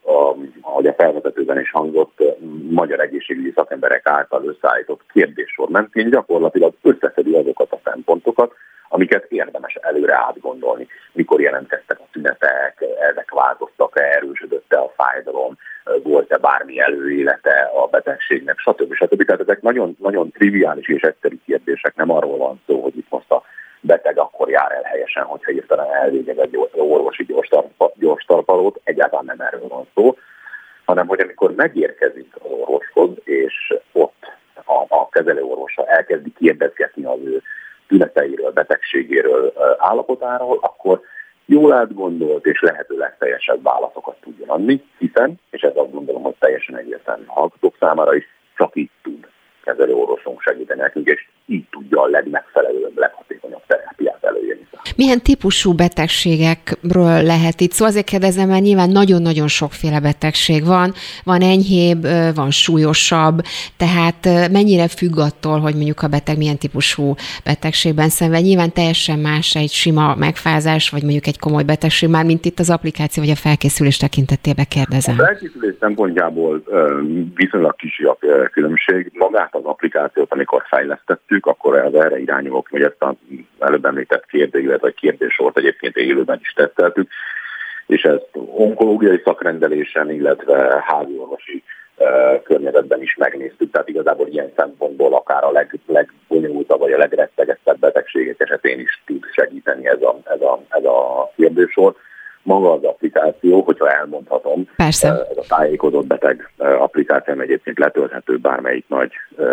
ahogy a felvezetőben is hangzott, magyar egészségügyi szakemberek által összeállított kérdéssor mentén gyakorlatilag összeszedi azokat a szempontokat, amiket érdemes előre átgondolni. Mikor jelentkeztek a szünetek, ezek változtak-e, erősödött-e a fájdalom, volt-e bármi előélete a betegségnek, stb. Tehát ezek nagyon, nagyon triviális és egyszerű kérdések, nem arról van szó, hogy itt most a beteg akkor jár el helyesen, hogyha hirtelen elvégez egy orvosi gyors talpalót, egyáltalán nem erről van szó, hanem hogy amikor megérkezik az orvoshoz, és ott a kezelőorvosa elkezdi kérdezgetni az ő tüneteiről, betegségéről, állapotáról, akkor jól átgondolt és lehető legteljesebb válaszokat tudjon adni, hiszen, és ez azt gondolom, hogy teljesen egyértelmű hallgatók számára is, csak így tud kezelőorvosunk segíteni nekünk, és így tudja a legmegfelelőbb, leghatékonyabb terápiát előírni. Milyen típusú betegségekről lehet itt szó? Azért kérdezem, mert nyilván nagyon-nagyon sokféle betegség van. Van enyhébb, van súlyosabb, tehát mennyire függ attól, hogy mondjuk a beteg milyen típusú betegségben szenved. Nyilván teljesen más egy sima megfázás, vagy mondjuk egy komoly betegség, már mint itt az applikáció, vagy a felkészülés tekintetében kérdezem. A felkészülés szempontjából viszonylag kicsi a különbség. Magát az applikációt, amikor fejlesztettük, akkor az erre irányulók, hogy ezt az előbb említett kérdőjület vagy kérdéssort egyébként élőben is teszteltük, és ezt onkológiai szakrendelésen, illetve háziorvosi környezetben is megnéztük, tehát igazából ilyen szempontból akár a legbonyolultabb vagy a legrettegettebb betegségek esetén is tud segíteni ez a kérdéssor. Maga az applikáció, hogyha elmondhatom, persze. Ez a tájékozott beteg applikáció egyébként letölthető bármelyik nagy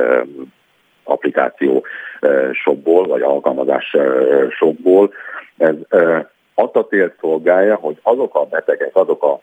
applikáció shopból, vagy alkalmazás shopból. Ez azt a célt szolgálja, hogy azok a betegek, azok a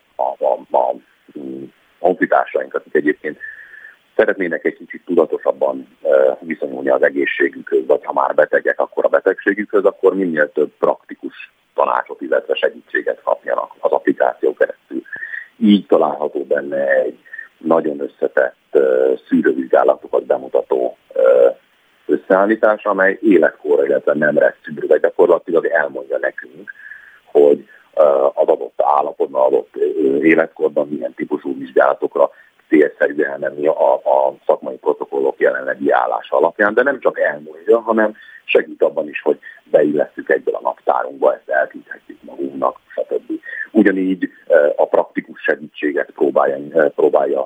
honfitársaink, akik egyébként szeretnének egy kicsit tudatosabban viszonyulni az egészségükhöz, vagy ha már betegek, akkor a betegségükhöz, akkor minél több praktikus tanácsot, illetve segítséget kapjanak az applikáció keresztül. Így található benne egy nagyon összetett szűrővizsgálatokat bemutató összeállítás, amely életkorra, illetve nemre szűrve gyakorlatilag elmondja nekünk, hogy az adott állapotban, adott életkorban milyen típusú vizsgálatokra célszerű elmenni a szakmai protokollok jelenlegi állása alapján, de nem csak elmondja, hanem segít abban is, hogy beillesszük egyből a naptárunkba, ezt elküldhetjük magunknak, stb. Ugyanígy a praktikus segítséget próbálja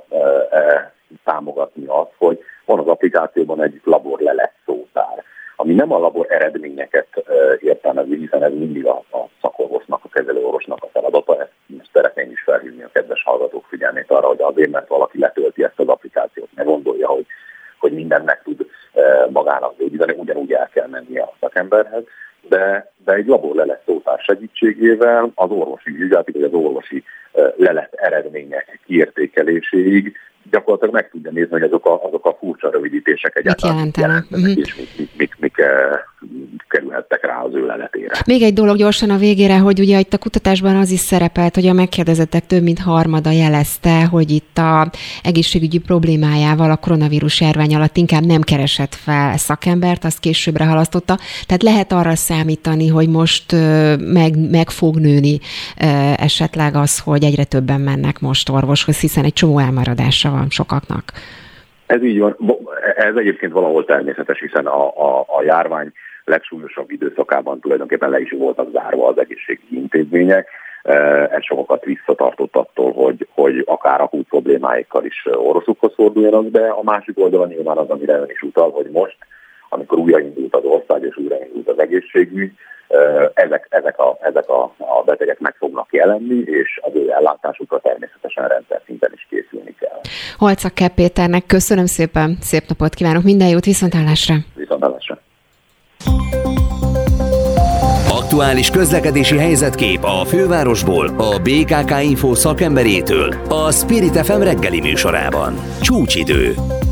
támogatni azt, hogy van az applikációban egy laborlelet szótár, ami nem a labor eredményeket értelmezi, hiszen ez mindig a szakorvosnak, a kezelőorvosnak a feladata. Ezt szeretném is felhívni a kedves hallgatók figyelmét arra, hogy azért, mert valaki letölti ezt az applikációt, ne gondolja, hogy mindent meg tud magának gyógyítani, ugyanúgy el kell mennie a szakemberhez, de egy laborlelet szótár segítségével az orvosi vizsgálatig, vagy az orvosi lelet eredmények kiértékeléséig gyakorlatilag meg tudja nézni, hogy azok a furcsa rövidítések egyáltalán mit jelentenek, és mik kerülhettek rá az ő leletére. Még egy dolog gyorsan a végére, hogy ugye itt a kutatásban az is szerepelt, hogy a megkérdezettek több mint harmada jelezte, hogy itt a egészségügyi problémájával a koronavírus járvány alatt inkább nem keresett fel szakembert, azt későbbre halasztotta. Tehát lehet arra számítani, hogy most meg fog nőni esetleg az, hogy egyre többen mennek most orvoshoz, hiszen egy csomó elmaradása van sokaknak. Ez így van. Ez egyébként valahol természetes, hiszen a járvány legsúlyosabb időszakában tulajdonképpen le is voltak zárva az egészségügyi intézmények. Ez sokakat visszatartott attól, hogy akár akut problémáikkal is orvosukhoz forduljanak, de a másik oldalon nyilván az, amire ön is utal, hogy most, amikor újraindult az ország és újraindult az egészségügy, ezek a betegek meg fognak jelenni, és az ő ellátásukra természetesen rendszer szinten is készülni kell. Holcak Péternek köszönöm szépen, szép napot kívánok, minden jót, viszonthallásra! Viszonthallásra! Aktuális közlekedési helyzetkép a fővárosból, a BKK Info szakemberétől, a Spirit FM reggeli műsorában. Csúcsidő.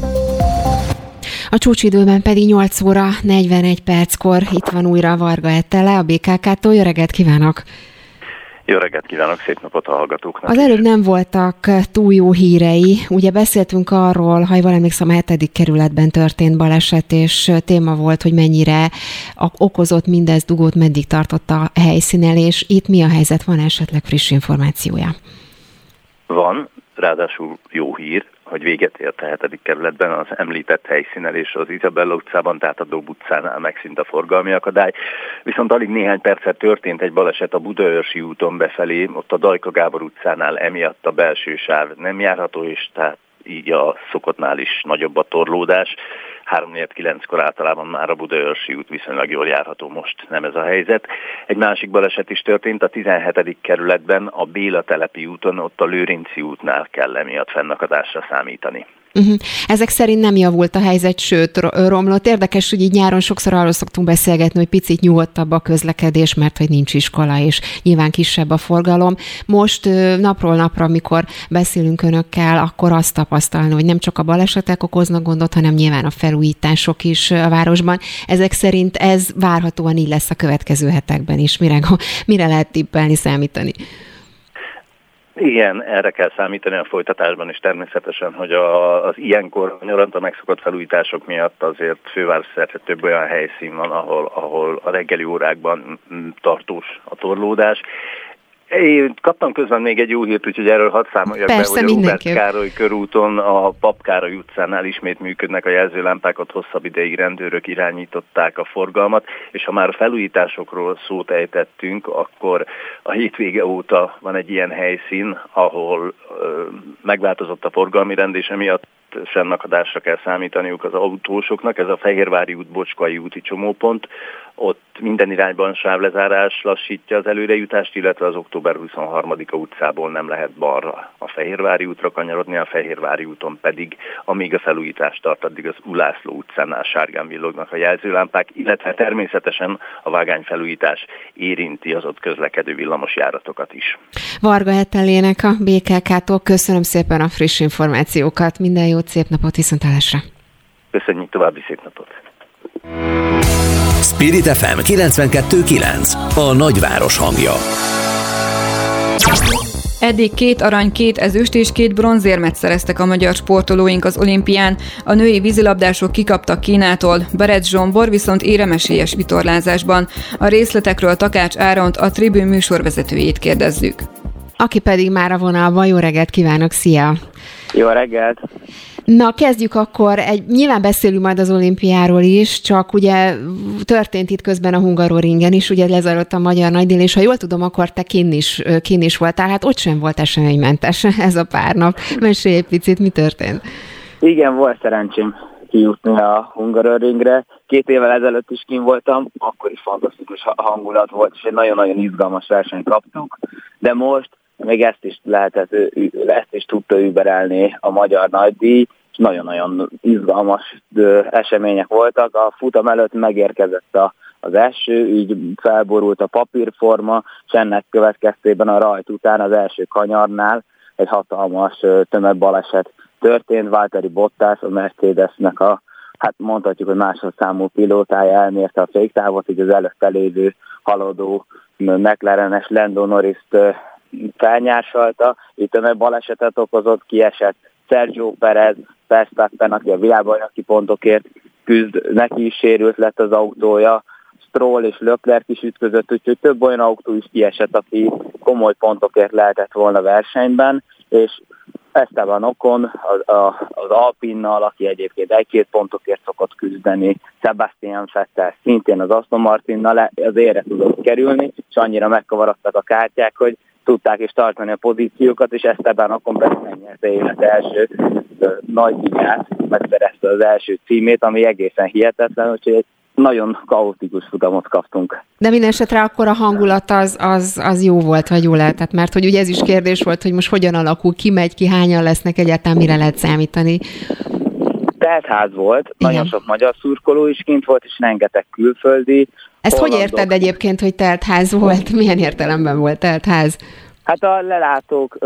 A csúcsidőben pedig 8 óra 41 perckor itt van újra Varga Ettele, a BKK-tól. Jó reggelt kívánok! Jó reggelt kívánok, szép napot a hallgatóknak! Az előbb nem voltak túl jó hírei. Ugye beszéltünk arról, ha jól emlékszem, a 7. kerületben történt baleset, és téma volt, hogy mennyire okozott mindez dugót, meddig tartott a helyszínelés. Itt mi a helyzet? Van esetleg friss információja? Van, ráadásul jó hír, hogy véget ért a 7. kerületben az említett helyszínelés az Izabella utcában, tehát a Dob utcánál megszűnt a forgalmi akadály. Viszont alig néhány percet történt egy baleset a Budaörsi úton befelé, ott a Dajka Gábor utcánál, emiatt a belső sáv nem járható, és tehát így a szokottnál is nagyobb a torlódás. 3-4-9-kor általában már a Budaörsi út viszonylag jól járható, most nem ez a helyzet. Egy másik baleset is történt a 17. kerületben, a Béla telepi úton, ott a Lőrinci útnál kell emiatt fennakadásra számítani. Ezek szerint nem javult a helyzet, sőt romlott. Érdekes, hogy így nyáron sokszor arról szoktunk beszélgetni, hogy picit nyugodtabb a közlekedés, mert hogy nincs iskola, és nyilván kisebb a forgalom. Most napról napra, amikor beszélünk önökkel, akkor azt tapasztalni, hogy nem csak a balesetek okoznak gondot, hanem nyilván a felújítások is a városban. Ezek szerint ez várhatóan így lesz a következő hetekben is. Mire lehet tippelni, számítani? Igen, erre kell számítani a folytatásban is természetesen, hogy az ilyenkor nyaranta megszokott felújítások miatt azért főváros szerte több olyan helyszín van, ahol a reggeli órákban tartós a torlódás. Én kaptam közben még egy jó hírt, úgyhogy erről hadd számoljak be, hogy a Róbert Károly körúton, a Pap Károly utcánál ismét működnek a jelzőlámpák, ott hosszabb ideig rendőrök irányították a forgalmat, és ha már a felújításokról szót ejtettünk, akkor a hétvége óta van egy ilyen helyszín, ahol megváltozott a forgalmi rend, és emiatt sennakadásra kell számítaniuk az autósoknak. Ez a Fehérvári út, Bocskai úti csomópont. Ott minden irányban sávlezárás lassítja az előrejutást, illetve az október 23-a utcából nem lehet balra a Fehérvári útra kanyarodni, a Fehérvári úton pedig, amíg a felújítás tart, addig az Ulászló utcánál sárgán villognak a jelzőlámpák, illetve természetesen a vágányfelújítás érinti az ott közlekedő villamosjáratokat is. Varga Etellének a BKK-tól köszönöm szépen a friss információkat. Minden jót, szép napot, viszontlátásra! Köszönjük, további szép napot! Spirit FM 92.9, a nagyváros hangja. Eddig 2 arany, 2 ezüst és 2 bronzérmet szereztek a magyar sportolóink az olimpián. A női vízilabdások kikaptak Kínától, Berec Zsombor viszont éremesélyes vitorlázásban. A részletekről Takács Áront, a Tribün műsorvezetőjét kérdezzük. Aki pedig már a vonalban, jó reggelt kívánok, szia! Jó reggelt! Na, kezdjük akkor. Nyilván beszélünk majd az olimpiáról is, csak ugye történt itt közben a Hungaroringen is, ugye lezajlott a magyar nagydíj, és ha jól tudom, akkor te kinn is voltál, hát ott sem volt eseménymentes ez a pár nap. Mesélj egy picit, mi történt? Igen, volt szerencsém kijutni a Hungaroringre. 2 évvel ezelőtt is kint voltam, akkor is fantasztikus hangulat volt, és egy nagyon-nagyon izgalmas versenyt kaptuk, de most még ezt is tudta überelni a magyar nagydíj, és nagyon-nagyon izgalmas események voltak. A futam előtt megérkezett az eső, így felborult a papírforma, és ennek következtében a rajt után az első kanyarnál egy hatalmas tömegbaleset történt. Valtteri Bottas, a Mercedesnek mondhatjuk, hogy másodszámú pilótája elmérte a féktávot, így az előtte lévő haladó McLarenes Lando Norrist felnyársalta, itt a balesetet okozott, kiesett Sergio Perez, Verstappen, aki a világbajnoki pontokért küzd, neki is sérült lett az autója, Stroll és Leclerc is ütközött, úgyhogy több olyan autó is kiesett, aki komoly pontokért lehetett volna versenyben, és Esteban Ocon az Alpinnal, aki egyébként 1-2 pontokért szokott küzdeni, Sebastian Vettel szintén az Aston Martinnal az élre tudott kerülni, és annyira megkavarodtak a kártyák, hogy tudták is tartani a pozíciókat, és Esteban Ocon pedig megnyerte élet első nagy díját, megszerezte az első címét, ami egészen hihetetlen, úgyhogy egy nagyon kaotikus futamot kaptunk. De minden esetre akkor a hangulat az jó volt, vagy jó lehetett, mert hogy ugye ez is kérdés volt, hogy most hogyan alakul, ki megy, ki hányan lesznek, egyáltalán mire lehet számítani. Teltház volt, igen. Nagyon sok magyar szurkoló is kint volt, és rengeteg külföldi. Ezt hogy érted egyébként, hogy teltház volt? Milyen értelemben volt teltház? Hát a lelátók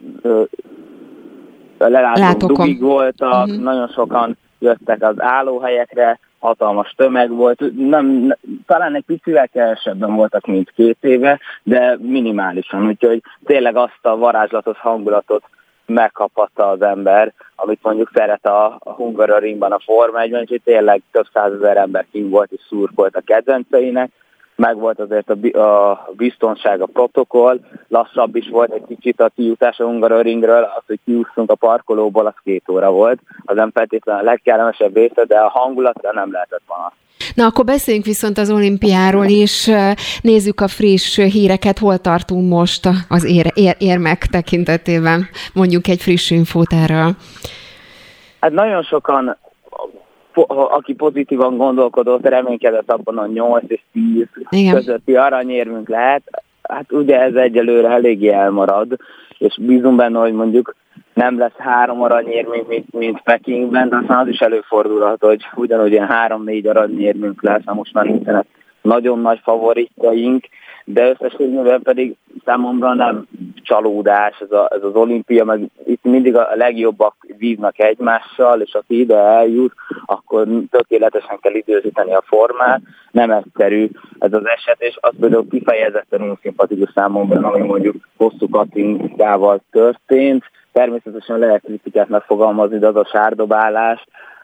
dugig voltak, nagyon sokan jöttek az állóhelyekre, hatalmas tömeg volt, talán egy picivel kevesebben voltak, mint 2 éve, de minimálisan, úgyhogy tényleg azt a varázslatos hangulatot megkaphatta az ember, amit mondjuk szeret a Hungaroringban, a Forma 1-ben, úgyhogy tényleg több 100 000 ember kint volt és szurkolt a kedvenceinek, meg volt azért a biztonság, a protokoll, lassabb is volt egy kicsit a kijutás a Hungaroringről, az, hogy kijusszunk a parkolóból, az 2 óra volt, az nem feltétlenül a legkellemesebb része, de a hangulatra nem lehetett panasz. Na, akkor beszéljünk viszont az olimpiáról is, nézzük a friss híreket, hol tartunk most az érmek tekintetében, mondjuk egy friss infót erről. Hát nagyon sokan, aki pozitívan gondolkodott, reménykedett abban a 8 és 10 igen. közötti aranyérmünk lehet. Hát ugye ez egyelőre eléggé elmarad, és bízunk benne, hogy mondjuk nem lesz 3 aranyérmünk, mint Pekingben, de aztán az is előfordulhat, hogy ugyanúgy ilyen 3-4 aranyérmünk lesz, most már nincsenek nagyon nagy favoritjaink, de összességében pedig számomra nem csalódás ez az olimpia, meg itt mindig a legjobbak vívnak egymással, és aki ide eljut, akkor tökéletesen kell időzíteni a formát, nem egyszerű ez az eset, és az például kifejezetten unszimpatikus számomra, ami mondjuk hosszú Katingával történt. Természetesen lehet kritikát megfogalmazni, de az a sárdobálás,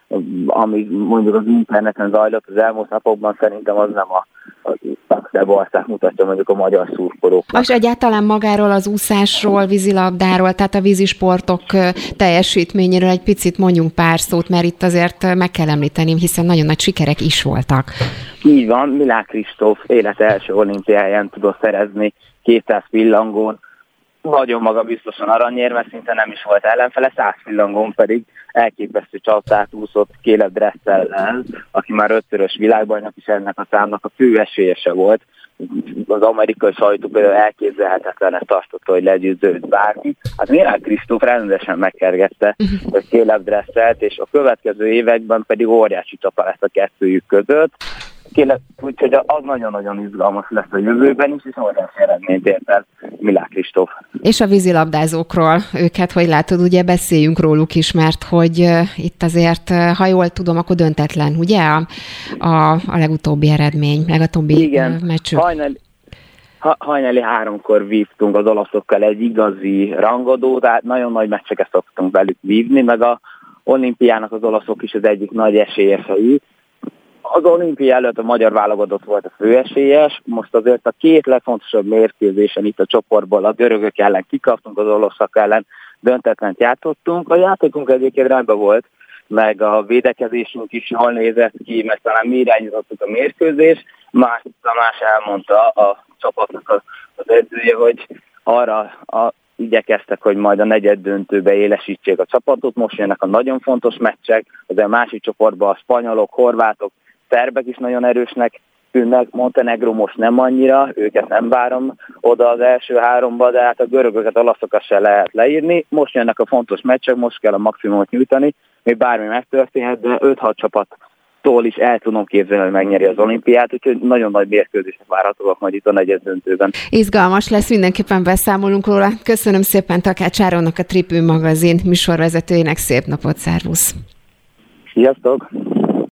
ami mondjuk az interneten zajlott az elmúlt napokban, szerintem az nem a szebb arcát mutatja mondjuk a magyar szurkolóknak. És egyáltalán magáról az úszásról, vízilabdáról, tehát a vízisportok teljesítményéről egy picit mondjunk pár szót, mert itt azért meg kell említeni, hiszen nagyon nagy sikerek is voltak. Így van, Milák Kristóf élete első olimpiáján tudott szerezni 200 pillangón, nagyon magabiztosan aranyérme, szinte nem is volt ellenfele, 100 pillangón pedig elképesztő csatát úszott Caleb Dressel-lel, aki már 5-szörös világbajnok is ennek a számnak a fő esélyese volt. Az amerikai sajtó például elképzelhetetlenek tartotta, hogy legyőző őt bárki. Hát Milák Kristóf rendesen megkergette Caleb Dresselt, és a következő években pedig óriási csata lesz a kettőjük között. Úgyhogy az nagyon-nagyon izgalmas lesz a jövőben is, és óriási eredményt ért el Milák Kristóf. És a vízilabdázókról, őket hogy látod, ugye beszéljünk róluk is, mert hogy itt azért, ha jól tudom, akkor döntetlen, ugye a legutóbbi eredmény, legutóbbi meccsük. Hajnali 3-kor vívtunk az olaszokkal egy igazi rangadót, tehát nagyon nagy meccseket szoktunk velük vívni, meg a olimpiának az olaszok is az egyik nagy esélyesei. Az olimpia előtt a magyar válogatott volt a főesélyes, most azért a két legfontosabb mérkőzésen itt a csoportból a görögök ellen kikaptunk, az olaszok ellen döntetlent játszottunk. A játékunk egyébként rendben volt, meg a védekezésünk is jól nézett ki, mert talán mi irányítottuk a mérkőzést. Tamás elmondta a csapatnak az edzője, hogy arra igyekeztek, hogy majd a negyed döntőbe élesítsék a csapatot. Most jönnek a nagyon fontos meccsek, az a másik csoportban a spanyolok, horvátok, szerbek is nagyon erősnek tűnnek, Montenegro most nem annyira, őket nem várom oda az első 3-ba, de hát a görögöket, olaszokat se lehet leírni. Most jönnek a fontos meccsek, most kell a maximumot nyújtani, még bármi megtörténhet, de 5-6 csapattól is el tudom képzelni, hogy megnyeri az olimpiát, úgyhogy nagyon nagy mérkőzések várhatóak majd itt a negyed döntőben. Izgalmas lesz, mindenképpen beszámolunk róla. Köszönöm szépen Takács Áronnak, a Tribune magazin műsorvezetőjének, szép napot, szervusz! Sziasztok!